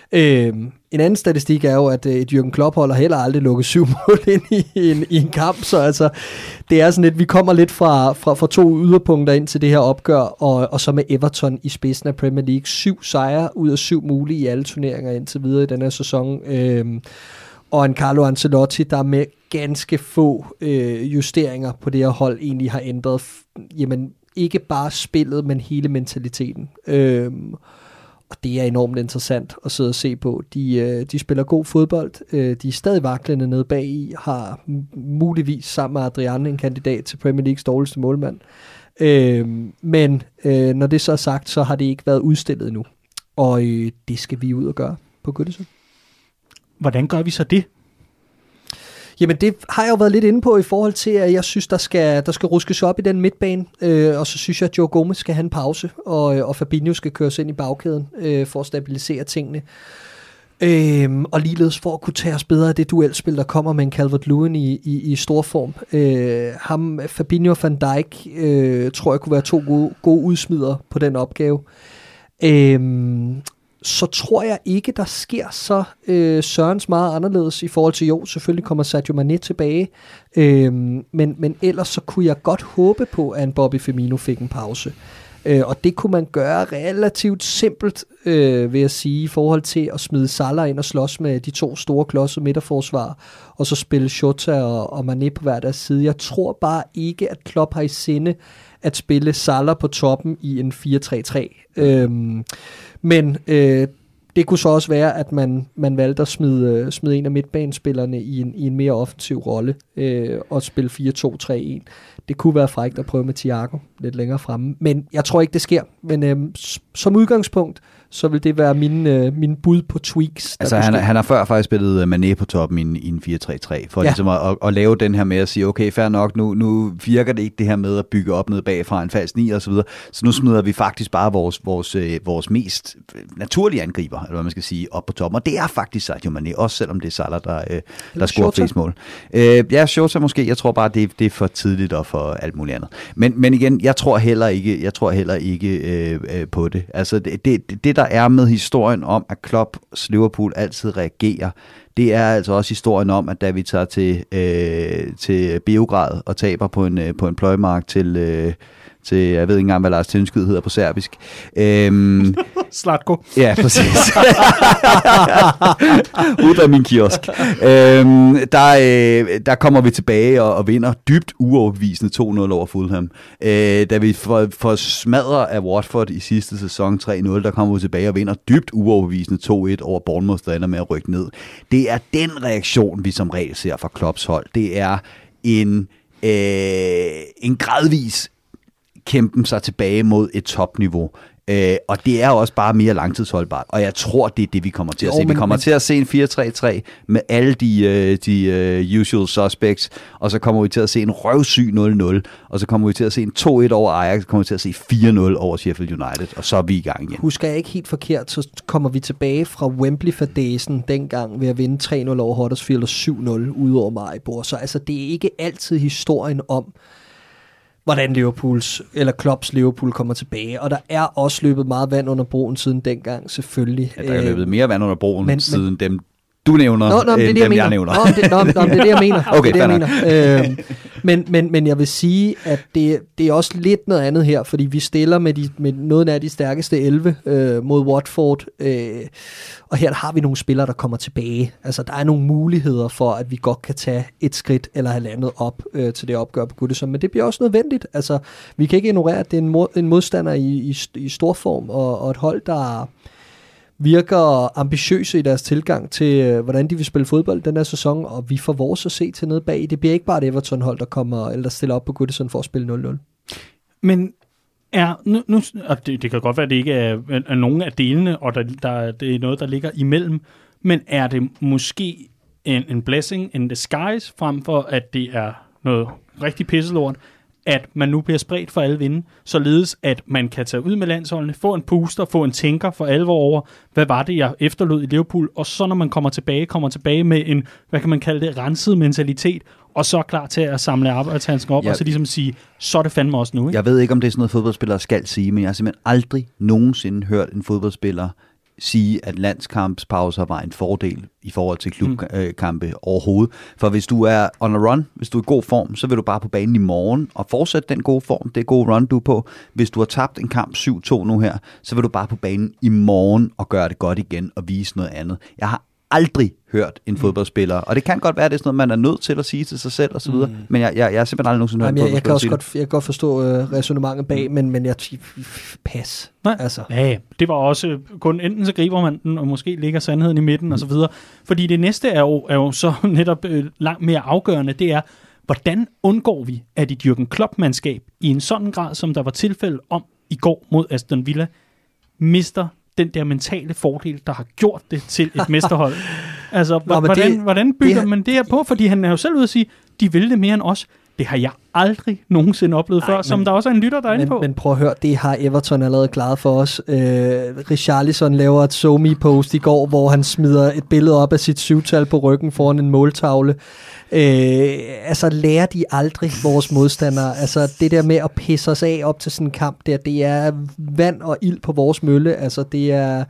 Øhm, en anden statistik er jo, at et Jürgen Klopp-hold har heller aldrig lukket syv mål ind i en, i en kamp, så altså, det er sådan lidt, vi kommer lidt fra, fra, fra to yderpunkter ind til det her opgør, og, og så med Everton i spidsen af Premier League. Syv sejre ud af syv mulige i alle turneringer indtil videre i den her sæson. Øhm, og en Carlo Ancelotti, der med ganske få øh, justeringer på det her hold egentlig har ændret, jamen ikke bare spillet, men hele mentaliteten. Øhm, Og det er enormt interessant at sidde og se på. De, de spiller god fodbold. De er stadig vaklende nede bag i. Har muligvis sammen med Adrian en kandidat til Premier Leagues dårligste målmand. Men når det så er sagt, så har det ikke været udstillet endnu. Og det skal vi ud og gøre på Goodison. Hvordan gør vi så det? Jamen det har jeg jo været lidt inde på i forhold til, at jeg synes, der skal, der skal ruskes op i den midtbane, øh, og så synes jeg, at Joe Gomez skal have en pause, og, og Fabinho skal køres ind i bagkæden øh, for at stabilisere tingene. Øh, og ligeledes for at kunne tage os bedre af det duelspil, der kommer med en Calvert-Lewin i, i, i stor form. Øh, ham, Fabinho og Van Dijk, øh, tror jeg kunne være to gode, gode udsmidere på den opgave. Øh, så tror jeg ikke, der sker så øh, Sørens meget anderledes i forhold til, jo, selvfølgelig kommer Sadio Mane tilbage, øh, men, men ellers så kunne jeg godt håbe på, at en Bobby Firmino fik en pause. Øh, og det kunne man gøre relativt simpelt, øh, vil jeg sige, i forhold til at smide Salah ind og slås med de to store klodser midterforsvar, og så spille Jota og, og Mane på hver deres side. Jeg tror bare ikke, at Klopp har i sinde at spille Salah på toppen i en fire tre tre. Øhm, men øh, det kunne så også være, at man, man valgte at smide, smide en af midtbanespillerne i en, i en mere offensiv rolle øh, og spille fire to tre en. Det kunne være frækt at prøve med Thiago lidt længere fremme, men jeg tror ikke, det sker. Men øh, som udgangspunkt, så vil det være min, øh, min bud på tweaks. Altså han, han har før faktisk spillet Mané på toppen i en, i en fire tre tre, for ja. ligesom at, at, at lave den her med at sige, okay, fair nok, nu, nu virker det ikke det her med at bygge op ned bagfra en falsk ni og så videre, så nu smider vi faktisk bare vores, vores, vores mest naturlige angriber, eller hvad man skal sige, op på toppen, og det er faktisk Sadio Mané, også selvom det er Salah, der, øh, der scorer flest mål. Øh, ja, Jota måske, jeg tror bare, det, det er for tidligt og for alt muligt andet. Men, men igen, jeg tror heller ikke, jeg tror heller ikke øh, øh, på det. Altså det, det, det der er med historien om, at Klopps Liverpool altid reagerer, det er altså også historien om, at da vi tager til, øh, til Beograd og taber på en, på en pløjemark til, øh, til, jeg ved ikke engang, hvad Lars Tilskyd hedder på serbisk. Øhm, Slatko. Ja, præcis. Ud af min kiosk. Øhm, der, øh, der kommer vi tilbage og, og vinder dybt uoverbevisende to nul over Fulham. Øh, da vi får, får smadret af Watford i sidste sæson tre nul, der kommer vi tilbage og vinder dybt uoverbevisende to et over Bournemouth, der ender med at rykke ned. Det er den reaktion, vi som regel ser fra Klopps hold. Det er en, øh, en gradvis kæmpen sig tilbage mod et topniveau. Øh, og det er også bare mere langtidsholdbart, og jeg tror, det er det, vi kommer til at jo, se. Vi kommer men, til at se en fire tre tre med alle de, uh, de uh, usual suspects, og så kommer vi til at se en røvsyg nul nul, og så kommer vi til at se en to et over Ajax, og så kommer vi til at se fire nul over Sheffield United, og så er vi i gang igen. Husker jeg ikke helt forkert, så kommer vi tilbage fra Wembley-fadesen dengang ved at vinde tre nul over Huddersfield og syv nul ude over Maribor. Så altså, det er ikke altid historien om, hvordan Liverpools, eller Klopps Liverpool kommer tilbage. Og der er også løbet meget vand under broen siden dengang, selvfølgelig. Ja, der er løbet mere vand under broen men, siden men, dem, du nævner, nå, nå, end det, dem, jeg, jeg nævner. Nå, det, nå, nå, det er det, jeg mener. Okay, det er det, jeg mener. Øh, men, men, men jeg vil sige, at det, det er også lidt noget andet her, fordi vi stiller med, de, med noget af de stærkeste elleve øh, mod Watford, øh, og her har vi nogle spillere, der kommer tilbage. Altså, der er nogle muligheder for, at vi godt kan tage et skridt eller halvandet op øh, til det opgør på Goodison, men det bliver også nødvendigt. Altså, vi kan ikke ignorere, at det er en, mod, en modstander i, i, i stor form, og, og et hold, der virker ambitiøse i deres tilgang til, hvordan de vil spille fodbold den her sæson, og vi får vores at se til nede bag. Det bliver ikke bare et Everton-hold, der kommer eller der stiller op på Goodison for at spille nul nul. Men er, nu, nu, og det, det kan godt være, at det ikke er, er nogen af delene, og der, der, det er noget, der ligger imellem, men er det måske en, en blessing in disguise, frem for at det er noget rigtig pisselort, at man nu bliver spredt for alle vinde, således at man kan tage ud med landsholdene, få en puster, få en tænker for alvor over, hvad var det, jeg efterlod i Liverpool, og så når man kommer tilbage, kommer tilbage med en, hvad kan man kalde det, renset mentalitet, og så er klar til at samle arbejdshandsken op, ja. Og så ligesom sige, så er det fandme også nu. Ikke? Jeg ved ikke, om det er sådan noget, fodboldspillere skal sige, men jeg har simpelthen aldrig nogensinde hørt en fodboldspiller sige, at landskampspauser var en fordel i forhold til klubkampe mm. overhovedet. For hvis du er on a run, hvis du er i god form, så vil du bare på banen i morgen og fortsætte den gode form, det gode run, du er på. Hvis du har tabt en kamp syv to nu her, så vil du bare på banen i morgen og gøre det godt igen og vise noget andet. Jeg har aldrig hørt en fodboldspiller, og det kan godt være, at det er sådan noget, man er nødt til at sige til sig selv og så videre, mm. men jeg, jeg, jeg har simpelthen aldrig nogensinde hørt en fodboldspiller. Jeg kan også godt, jeg kan godt forstå uh, resonemanget bag, men, men jeg pas. Nej. Altså. Ja, det var også kun enten så griber man den, og måske ligger sandheden i midten mm. og så videre. Fordi det næste er jo, er jo så netop øh, langt mere afgørende, det er, hvordan undgår vi, at et Jürgen Klopp-mandskab i en sådan grad, som der var tilfælde om i går mod Aston Villa, mister den der mentale fordel, der har gjort det til et mesterhold. Altså, Nå, hvordan, det, hvordan bygger det, man det her på? Fordi han er jo selv ude at sige, de vil det mere end os. Det har jeg aldrig nogensinde oplevet Ej, før, men, som der også er en lytter derinde men, på. Men prøv at høre, det har Everton allerede klaret for os. Øh, Richarlison laver et SoMe-post i går, hvor han smider et billede op af sit syvtal på ryggen foran en måltavle. Øh, altså, lærer de aldrig vores modstandere? Altså, det der med at pisse os af op til sådan en kamp der, det er vand og ild på vores mølle. Altså, det er...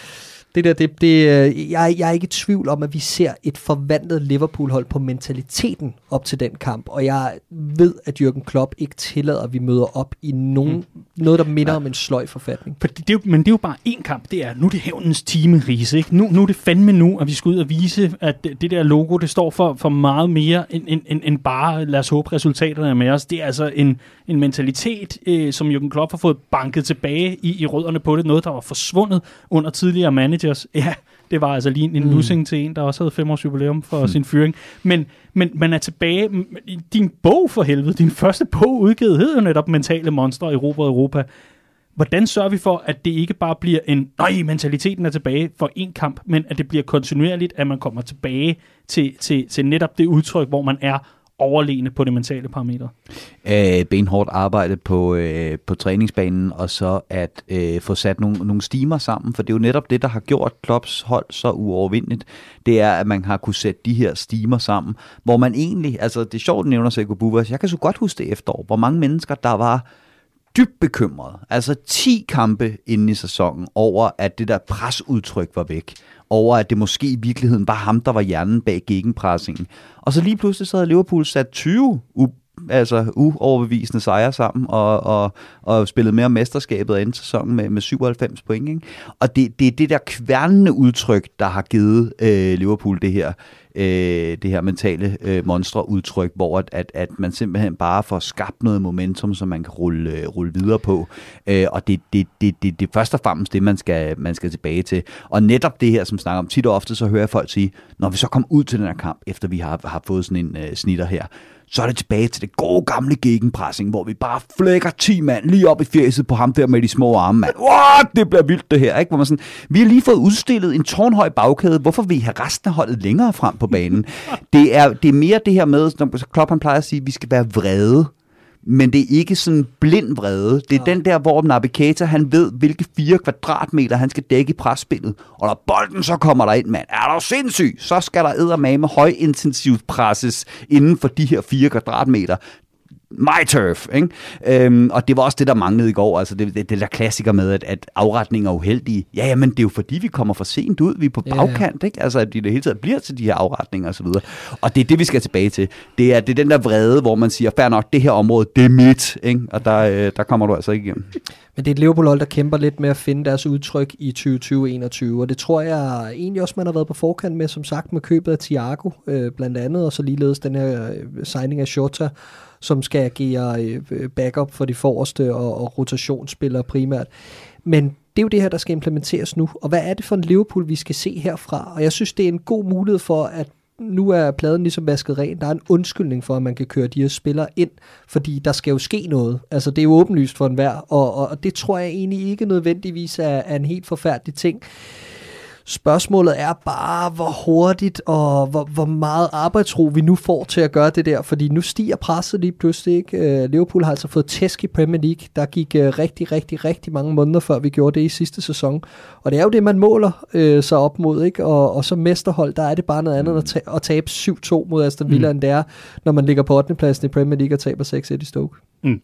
Det der, det, det, jeg, jeg er ikke i tvivl om, at vi ser et forvandlet Liverpool-hold på mentaliteten op til den kamp, og jeg ved, at Jürgen Klopp ikke tillader, at vi møder op i nogen, mm. noget, der minder ja. om en sløj forfatning. For det er jo, men det er jo bare én kamp, det er, nu er det hævnens time, Riese, ikke? Nu, nu er det fandme nu, at vi skal ud og vise, at det, det der logo, det står for, for meget mere end, end, end, end bare, lad os håbe, resultaterne er med os. Det er altså en, en mentalitet, øh, som Jürgen Klopp har fået banket tilbage i, i rødderne på det, noget, der var forsvundet under tidligere manager. Ja, det var altså lige en, en mm. lussing til en, der også havde fem års jubilæum for mm. sin fyring. Men, men man er tilbage. Din bog for helvede, din første bog udgivet, hed jo netop Mentale Monstre i Europa Europa. Hvordan sørger vi for, at det ikke bare bliver en, nej, mentaliteten er tilbage for en kamp, men at det bliver kontinuerligt, at man kommer tilbage til, til, til netop det udtryk, hvor man er overlegne på det mentale parameter? Øh, benhårdt arbejde på, øh, på træningsbanen, og så at øh, få sat nogle, nogle stimer sammen, for det er jo netop det, der har gjort Klopps hold så uovervindeligt. Det er, at man har kunne sætte de her stimer sammen, hvor man egentlig, altså det er sjovt, nævner Seko Bubas, jeg kan så godt huske det efterår, hvor mange mennesker, der var dybt bekymret, altså ti kampe inden i sæsonen, over at det der presudtryk var væk, over at det måske i virkeligheden var ham, der var hjernen bag gegenpressingen. Og så lige pludselig så havde Liverpool sat tyve u- altså uoverbevisende sejre sammen, og, og, og spillet mere mesterskabet af sæsonen med, med syvoghalvfems point. Ikke? Og det, det er det der kværnende udtryk, der har givet øh, Liverpool det her, øh, det her mentale øh, monstre-udtryk, hvor at, at, at man simpelthen bare får skabt noget momentum, som man kan rulle, øh, rulle videre på. Øh, og det er det, det, det, det først og fremmest det, man skal, man skal tilbage til. Og netop det her, som snakker om tit og ofte, så hører jeg folk sige, når vi så kommer ud til den her kamp, efter vi har, har fået sådan en øh, snitter her, så er det tilbage til det gode gamle gegenpressing, hvor vi bare flækker ti mand lige op i fjeset på ham der med de små arme, mand. What? Det bliver vildt det her, ikke? Hvor man sådan, vi har lige fået udstillet en tårnhøj bagkæde. Hvorfor vil I have resten af holdet længere frem på banen? Det er, det er mere det her med, når Klopp han plejer at sige, at vi skal være vrede. Men det er ikke sådan blind vrede. Det er ja. den der, hvor Naby Keita, han ved, hvilke fire kvadratmeter han skal dække i presspillet. Og når bolden så kommer der ind, mand, er der sindssyg, så skal der eddermame højintensivt presses inden for de her fire kvadratmeter. my turf, ikke? Øhm, og det var også det, der manglede i går, altså det, det, det der klassiker med, at, at afretninger er uheldige. Ja, ja, men det er jo fordi, vi kommer for sent ud, vi er på bagkant, ikke? Altså, at de det hele taget bliver til de her afretninger og så videre. Og det er det, vi skal tilbage til. Det er, det er den der vrede, hvor man siger, fair nok, det her område, det er mit, ikke? Og der, øh, der kommer du altså ikke igennem. Men det er et Liverpool-hold, der kæmper lidt med at finde deres udtryk i tyve tyve enogtyve, og det tror jeg egentlig også, man har været på forkant med, som sagt, med købet af Thiago, øh, blandt andet, og så ligeledes den her øh, signing af Jota, som skal agere øh, backup for de forreste og, og rotationsspillere primært. Men det er jo det her, der skal implementeres nu, og hvad er det for en Liverpool, vi skal se herfra? Og jeg synes, det er en god mulighed for, at nu er pladen ligesom vasket ren. Der er en undskyldning for, at man kan køre de her spillere ind, fordi der skal jo ske noget. Altså, det er jo åbenlyst for enhver, og, og, og det tror jeg egentlig ikke nødvendigvis er, er en helt forfærdelig ting. Spørgsmålet er bare, hvor hurtigt og hvor, hvor meget arbejdsro vi nu får til at gøre det der, fordi nu stiger presset lige pludselig, ikke? Liverpool har altså fået tæsk i Premier League. Der gik uh, rigtig, rigtig, rigtig mange måneder, før vi gjorde det i sidste sæson. Og det er jo det, man måler uh, sig op mod, ikke? Og, og som mesterhold, der er det bare noget andet at, ta- at tabe syv to mod Aston Villa, mm. end det er, når man ligger på ottende pladsen i Premier League og taber seks et i Stoke. Mm.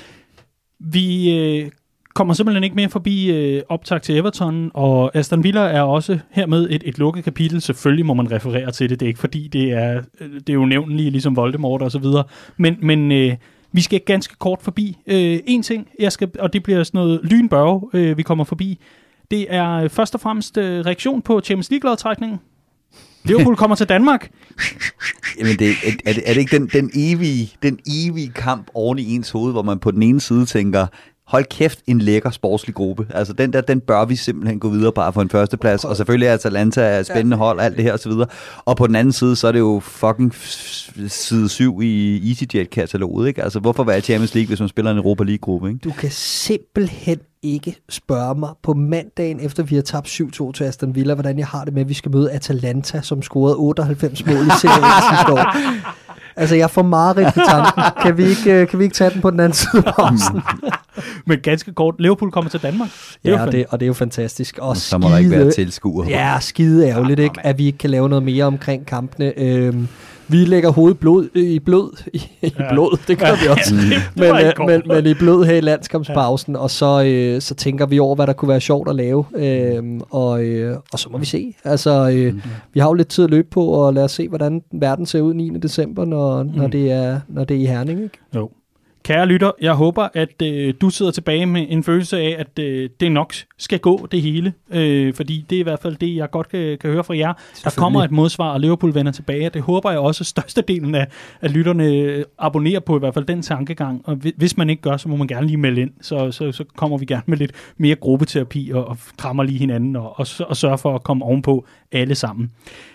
Vi... Øh kommer simpelthen ikke mere forbi øh, optag til Everton, og Aston Villa er også hermed et, et lukket kapitel. Selvfølgelig må man referere til det. Det er ikke fordi, det er, det er jo nævnligt, ligesom Voldemort og så videre. Men, men øh, vi skal ganske kort forbi øh, en ting, jeg skal, og det bliver sådan noget lynbørge, øh, vi kommer forbi. Det er først og fremmest øh, reaktion på Champions League-lodtrækningen. Liverpool kommer til Danmark. Jamen, det, er, er, det, er det ikke den, den, evige, den evige kamp oven i ens hoved, hvor man på den ene side tænker, hold kæft, en lækker sportslig gruppe. Altså, den der, den bør vi simpelthen gå videre på for en førsteplads. Og selvfølgelig er Atalanta er et spændende hold, alt det her og så videre. Og på den anden side, så er det jo fucking side syv i EasyJet-kataloget, ikke? Altså, hvorfor være i Champions League, hvis man spiller en Europa League-gruppe, ikke? Du kan simpelthen ikke spørge mig på mandagen, efter vi har tabt syv to til Aston Villa, hvordan jeg har det med, at vi skal møde Atalanta, som scorede otteoghalvfems mål i serien sidste år. Altså, jeg får meget rigtig på tanken. Kan vi ikke, kan vi ikke tage den på den anden side af pausen? Men ganske kort, Liverpool kommer til Danmark. Det ja, og det, og det er jo fantastisk. Og så må skide, der ikke være tilskuere. Ja, skide ærgerligt, ja, ikke, at vi ikke kan lave noget mere omkring kampene. Øhm, vi lægger hovedet blod, i blod, i, i ja. blod, det gør ja, vi også. men, øh, men, men i blod her i landskampspausen, ja. og så, øh, så tænker vi over, hvad der kunne være sjovt at lave. Øhm, og, øh, og så må vi se. Altså, øh, mm. vi har jo lidt tid at løbe på, og lad os se, hvordan verden ser ud niende december, når, mm. når, det, er, når det er i Herning, ikke? Jo. Kære lytter, jeg håber, at øh, du sidder tilbage med en følelse af, at øh, det nok skal gå det hele, øh, fordi det er i hvert fald det, jeg godt kan, kan høre fra jer. Der kommer et modsvar, og Liverpool vender tilbage, det håber jeg også, størstedelen af, af lytterne abonnerer på i hvert fald den tankegang, og hvis man ikke gør, så må man gerne lige melde ind, så, så, så kommer vi gerne med lidt mere gruppeterapi og, og krammer lige hinanden og, og, og sørger for at komme ovenpå alle sammen.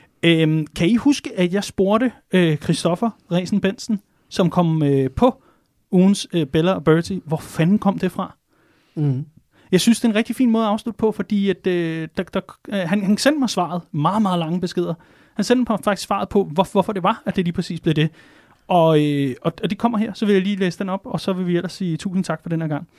Øh, kan I huske, at jeg spurgte øh, Christoffer Resen Bensen, som kom øh, på ugens øh, Bella og Bertie, hvor fanden kom det fra? Mm. Jeg synes, det er en rigtig fin måde at afslutte på, fordi at, øh, der, der, øh, han, han sendte mig svaret, meget, meget lange beskeder. Han sendte mig faktisk svaret på, hvor, hvorfor det var, at det lige præcis blev det. Og, øh, og, og det kommer her, så vil jeg lige læse den op, og så vil vi ellers sige tusind tak for den her gang.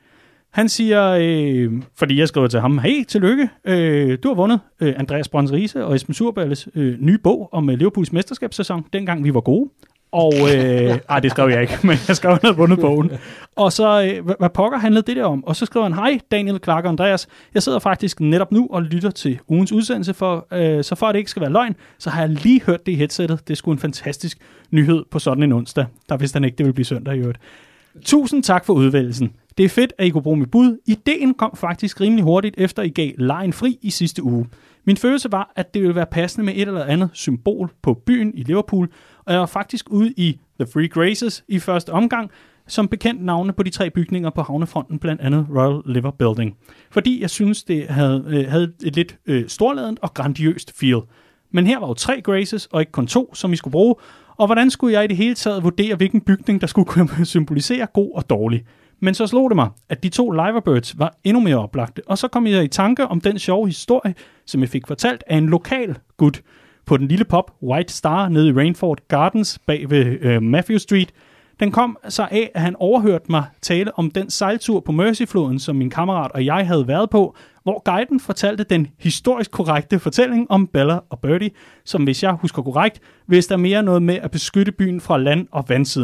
Han siger, øh, fordi jeg skriver til ham, hey, tillykke, øh, du har vundet øh, Andreas Brøns Riise og Esben Surballes øh, nye bog om øh, Liverpools mesterskabssæson, dengang vi var gode. Og, øh, ej, det skrev jeg ikke, men jeg skrev, at han havde vundet bogen. Og så, øh, hvad, hvad pokker handlede det der om? Og så skrev han, hej Daniel, Clark og Andreas, jeg sidder faktisk netop nu og lytter til ugens udsendelse, for, øh, så for at det ikke skal være løgn, så har jeg lige hørt det i headsettet. Det er sgu en fantastisk nyhed på sådan en onsdag. Der vidste han ikke, det ville blive søndag i øvrigt. Tusind tak for udvælgelsen. Det er fedt, at I kunne bruge mit bud. Ideen kom faktisk rimelig hurtigt, efter I gav lejen fri i sidste uge. Min følelse var, at det ville være passende med et eller andet symbol på byen i Liverpool, og jeg var faktisk ude i The Three Graces i første omgang, som bekendt navne på de tre bygninger på havnefronten, blandt andet Royal Liver Building. Fordi jeg synes, det havde, øh, havde et lidt øh, storladent og grandiøst feel. Men her var jo tre Graces, og ikke kun to, som I skulle bruge, og hvordan skulle jeg i det hele taget vurdere, hvilken bygning, der skulle kunne symbolisere god og dårlig? Men så slog det mig, at de to Liverbirds var endnu mere oplagte, og så kom jeg i tanke om den sjove historie, som jeg fik fortalt af en lokal gut på den lille pub White Star nede i Rainford Gardens bag ved øh, Matthew Street. Den kom så af, at han overhørte mig tale om den sejltur på Merseyfloden, som min kammerat og jeg havde været på, hvor guiden fortalte den historisk korrekte fortælling om Bella og Bertie, som hvis jeg husker korrekt, hvis der mere noget med at beskytte byen fra land- og vandsiden.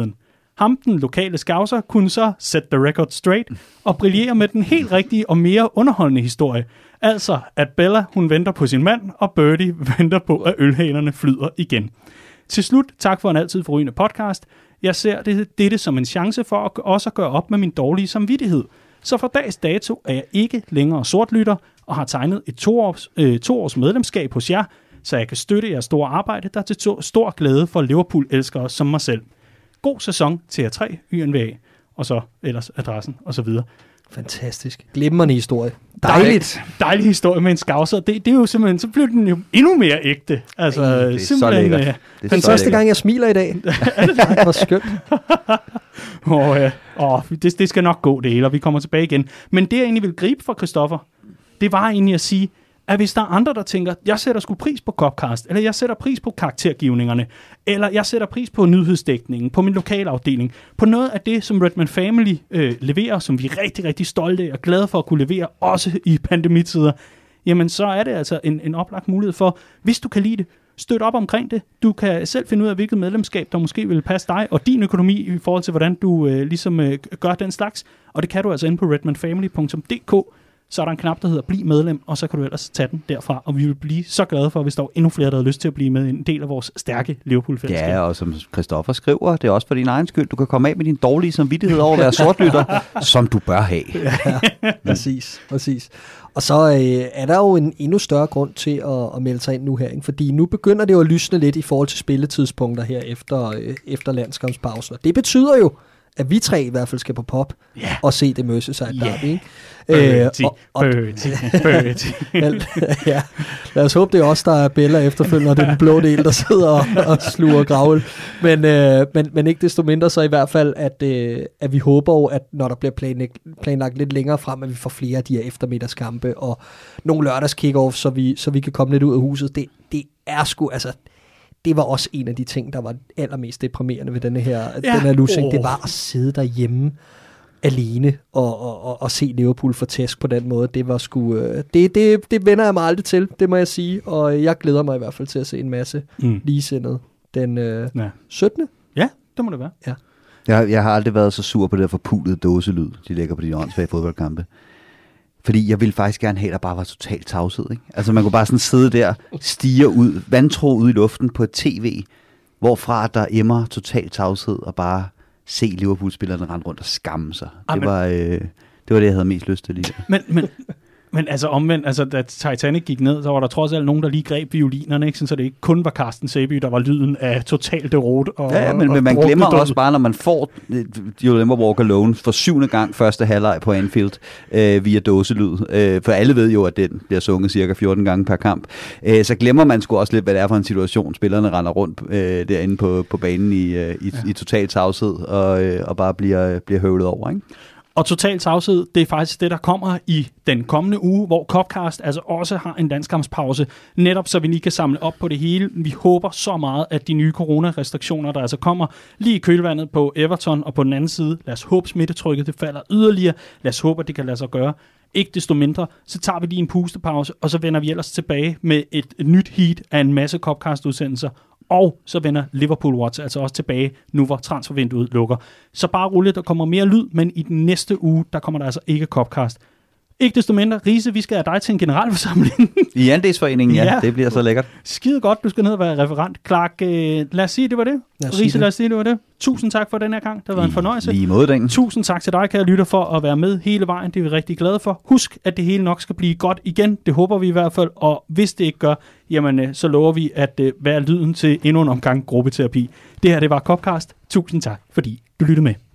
Ham, den lokale scouser, kunne så set the record straight og brillere med den helt rigtige og mere underholdende historie. Altså, at Bella, hun venter på sin mand, og Birdie venter på, at ølhænerne flyder igen. Til slut, tak for en altid forrygende podcast. Jeg ser det, dette som en chance for at også gøre op med min dårlige samvittighed. Så fra dags dato er jeg ikke længere sortlytter, og har tegnet et toårs, øh, toårs medlemskab hos jer, så jeg kan støtte jeres store arbejde, der er til to- stor glæde for Liverpool-elskere som mig selv. God sæson til jer tre, Y N V A, og så ellers adressen, og så videre. Fantastisk. Glimrende historie. Dejligt. Dejlig historie med en scouser. Det, det er jo simpelthen, så bliver den jo endnu mere ægte. Altså, Ej, det er så lækkert. Det er den første gang, jeg smiler i dag. Er det det var skønt. Åh, ja. Åh, det, det skal nok gå det hele, og vi kommer tilbage igen. Men det, jeg egentlig vil gribe fra Christoffer, det var egentlig at sige, at hvis der er andre, der tænker, jeg sætter sgu pris på Copcast, eller jeg sætter pris på karaktergivningerne, eller jeg sætter pris på nyhedsdækningen, på min lokale afdeling, på noget af det, som Redman Family øh, leverer, som vi er rigtig, rigtig stolte af og glade for at kunne levere, også i pandemitider, jamen så er det altså en, en oplagt mulighed for, hvis du kan lide det, støt op omkring det. Du kan selv finde ud af, hvilket medlemskab, der måske vil passe dig og din økonomi i forhold til, hvordan du øh, ligesom øh, gør den slags. Og det kan du altså inde på redman family punktum d k. Så er der en knap, der hedder Bliv medlem, og så kan du ellers tage den derfra. Og vi vil blive så glade for, hvis der er endnu flere, der har lyst til at blive med en del af vores stærke Liverpool-fællesskab. Ja, og som Christoffer skriver, det er også for din egen skyld. Du kan komme af med din dårlige samvittighed over at være sortlytter, som du bør have. Ja, præcis, præcis. Og så øh, er der jo en endnu større grund til at, at melde sig ind nu her, ikke? Fordi nu begynder det jo at lysne lidt i forhold til spilletidspunkter her efter, øh, efter landskampspausen. Og det betyder jo, at vi tre i hvert fald skal på pop yeah. og se det Merseyside derby, ikke? Bertie, Bertie, Bertie. Ja, lad os håbe, det er os, der er Bella efterfølgende, og det er den blå del, der sidder og, og sluger gravl. Men, øh, men, men ikke desto mindre så i hvert fald, at, øh, at vi håber jo, at når der bliver planlagt, planlagt lidt længere frem, at vi får flere af de her eftermiddagskampe og nogle lørdags kick-off, så vi, så vi kan komme lidt ud af huset. Det, det er sgu, altså... Det var også en af de ting, der var allermest deprimerende ved denne her, ja. den her losing. Oh. Det var at sidde derhjemme alene og, og, og, og se Liverpool få tæsk på den måde. Det var sgu, øh, det, det, det vender jeg mig aldrig til, det må jeg sige. Og jeg glæder mig i hvert fald til at se en masse mm. ligesindede den øh, ja. syttende Ja, det må det være. Ja. Jeg, jeg har aldrig været så sur på det der forpulede dåselyd, de lægger på de åndssvage fodboldkampe. Fordi jeg ville faktisk gerne have, at der bare var totalt tavshed, ikke? Altså man kunne bare sådan sidde der, stige ud, vantro ud i luften på et tv, hvorfra der emmer totalt tavshed, og bare se Liverpool-spillerne rende rundt og skamme sig. Ah, det, men, var, øh, det var det, jeg havde mest lyst til lige. Men, men, men altså omvendt, altså da Titanic gik ned, så var der trods alt nogen, der lige greb violinerne, ikke? Sådan, så det ikke kun var Carsten Sæby, der var lyden af totalt derot. Og, ja, men, og, men man glemmer død. også bare, når man får You Never Walk Alone for syvende gang første halvleg på Anfield øh, via dåselyd, øh, for alle ved jo, at den bliver sunget cirka fjorten gange per kamp, øh, så glemmer man sgu også lidt, hvad det er for en situation. Spillerne render rundt øh, derinde på, på banen i, øh, i, ja. i total tavshed og, øh, og bare bliver, bliver høvlet over, ikke? Og total tavshed, det er faktisk det, der kommer i den kommende uge, hvor Copcast altså også har en landskampspause, netop så vi lige kan samle op på det hele. Vi håber så meget, at de nye coronarestriktioner, der altså kommer lige i kølvandet på Everton og på den anden side, lad os håbe smittetrykket, det falder yderligere, lad os håbe, at det kan lade sig gøre. Ikke desto mindre, så tager vi lige en pustepause, og så vender vi ellers tilbage med et nyt heat af en masse Copcast-udsendelser. Og så vender Liverpool Watch altså også tilbage, nu hvor transfervinduet lukker. Så bare roligt, der kommer mere lyd, men i den næste uge, der kommer der altså ikke Copcast. Ikke desto mindre, Riese, vi skal have dig til en generalforsamling. I andelsforeningen, ja, ja. Det bliver så lækkert. Skide godt, du skal ned og være referent. Clark, øh, lad os sige, det var det. Riese, lad os sige, det var det. Tusind tak for den her gang. Det har været en fornøjelse. Lige mod den. Tusind tak til dig, kære lytter, for at være med hele vejen. Det er vi rigtig glade for. Husk, at det hele nok skal blive godt igen. Det håber vi i hvert fald. Og hvis det ikke gør, jamen, så lover vi at uh, være lyden til endnu en omgang gruppeterapi. Det her, det var Copcast. Tusind tak, fordi du lyttede med.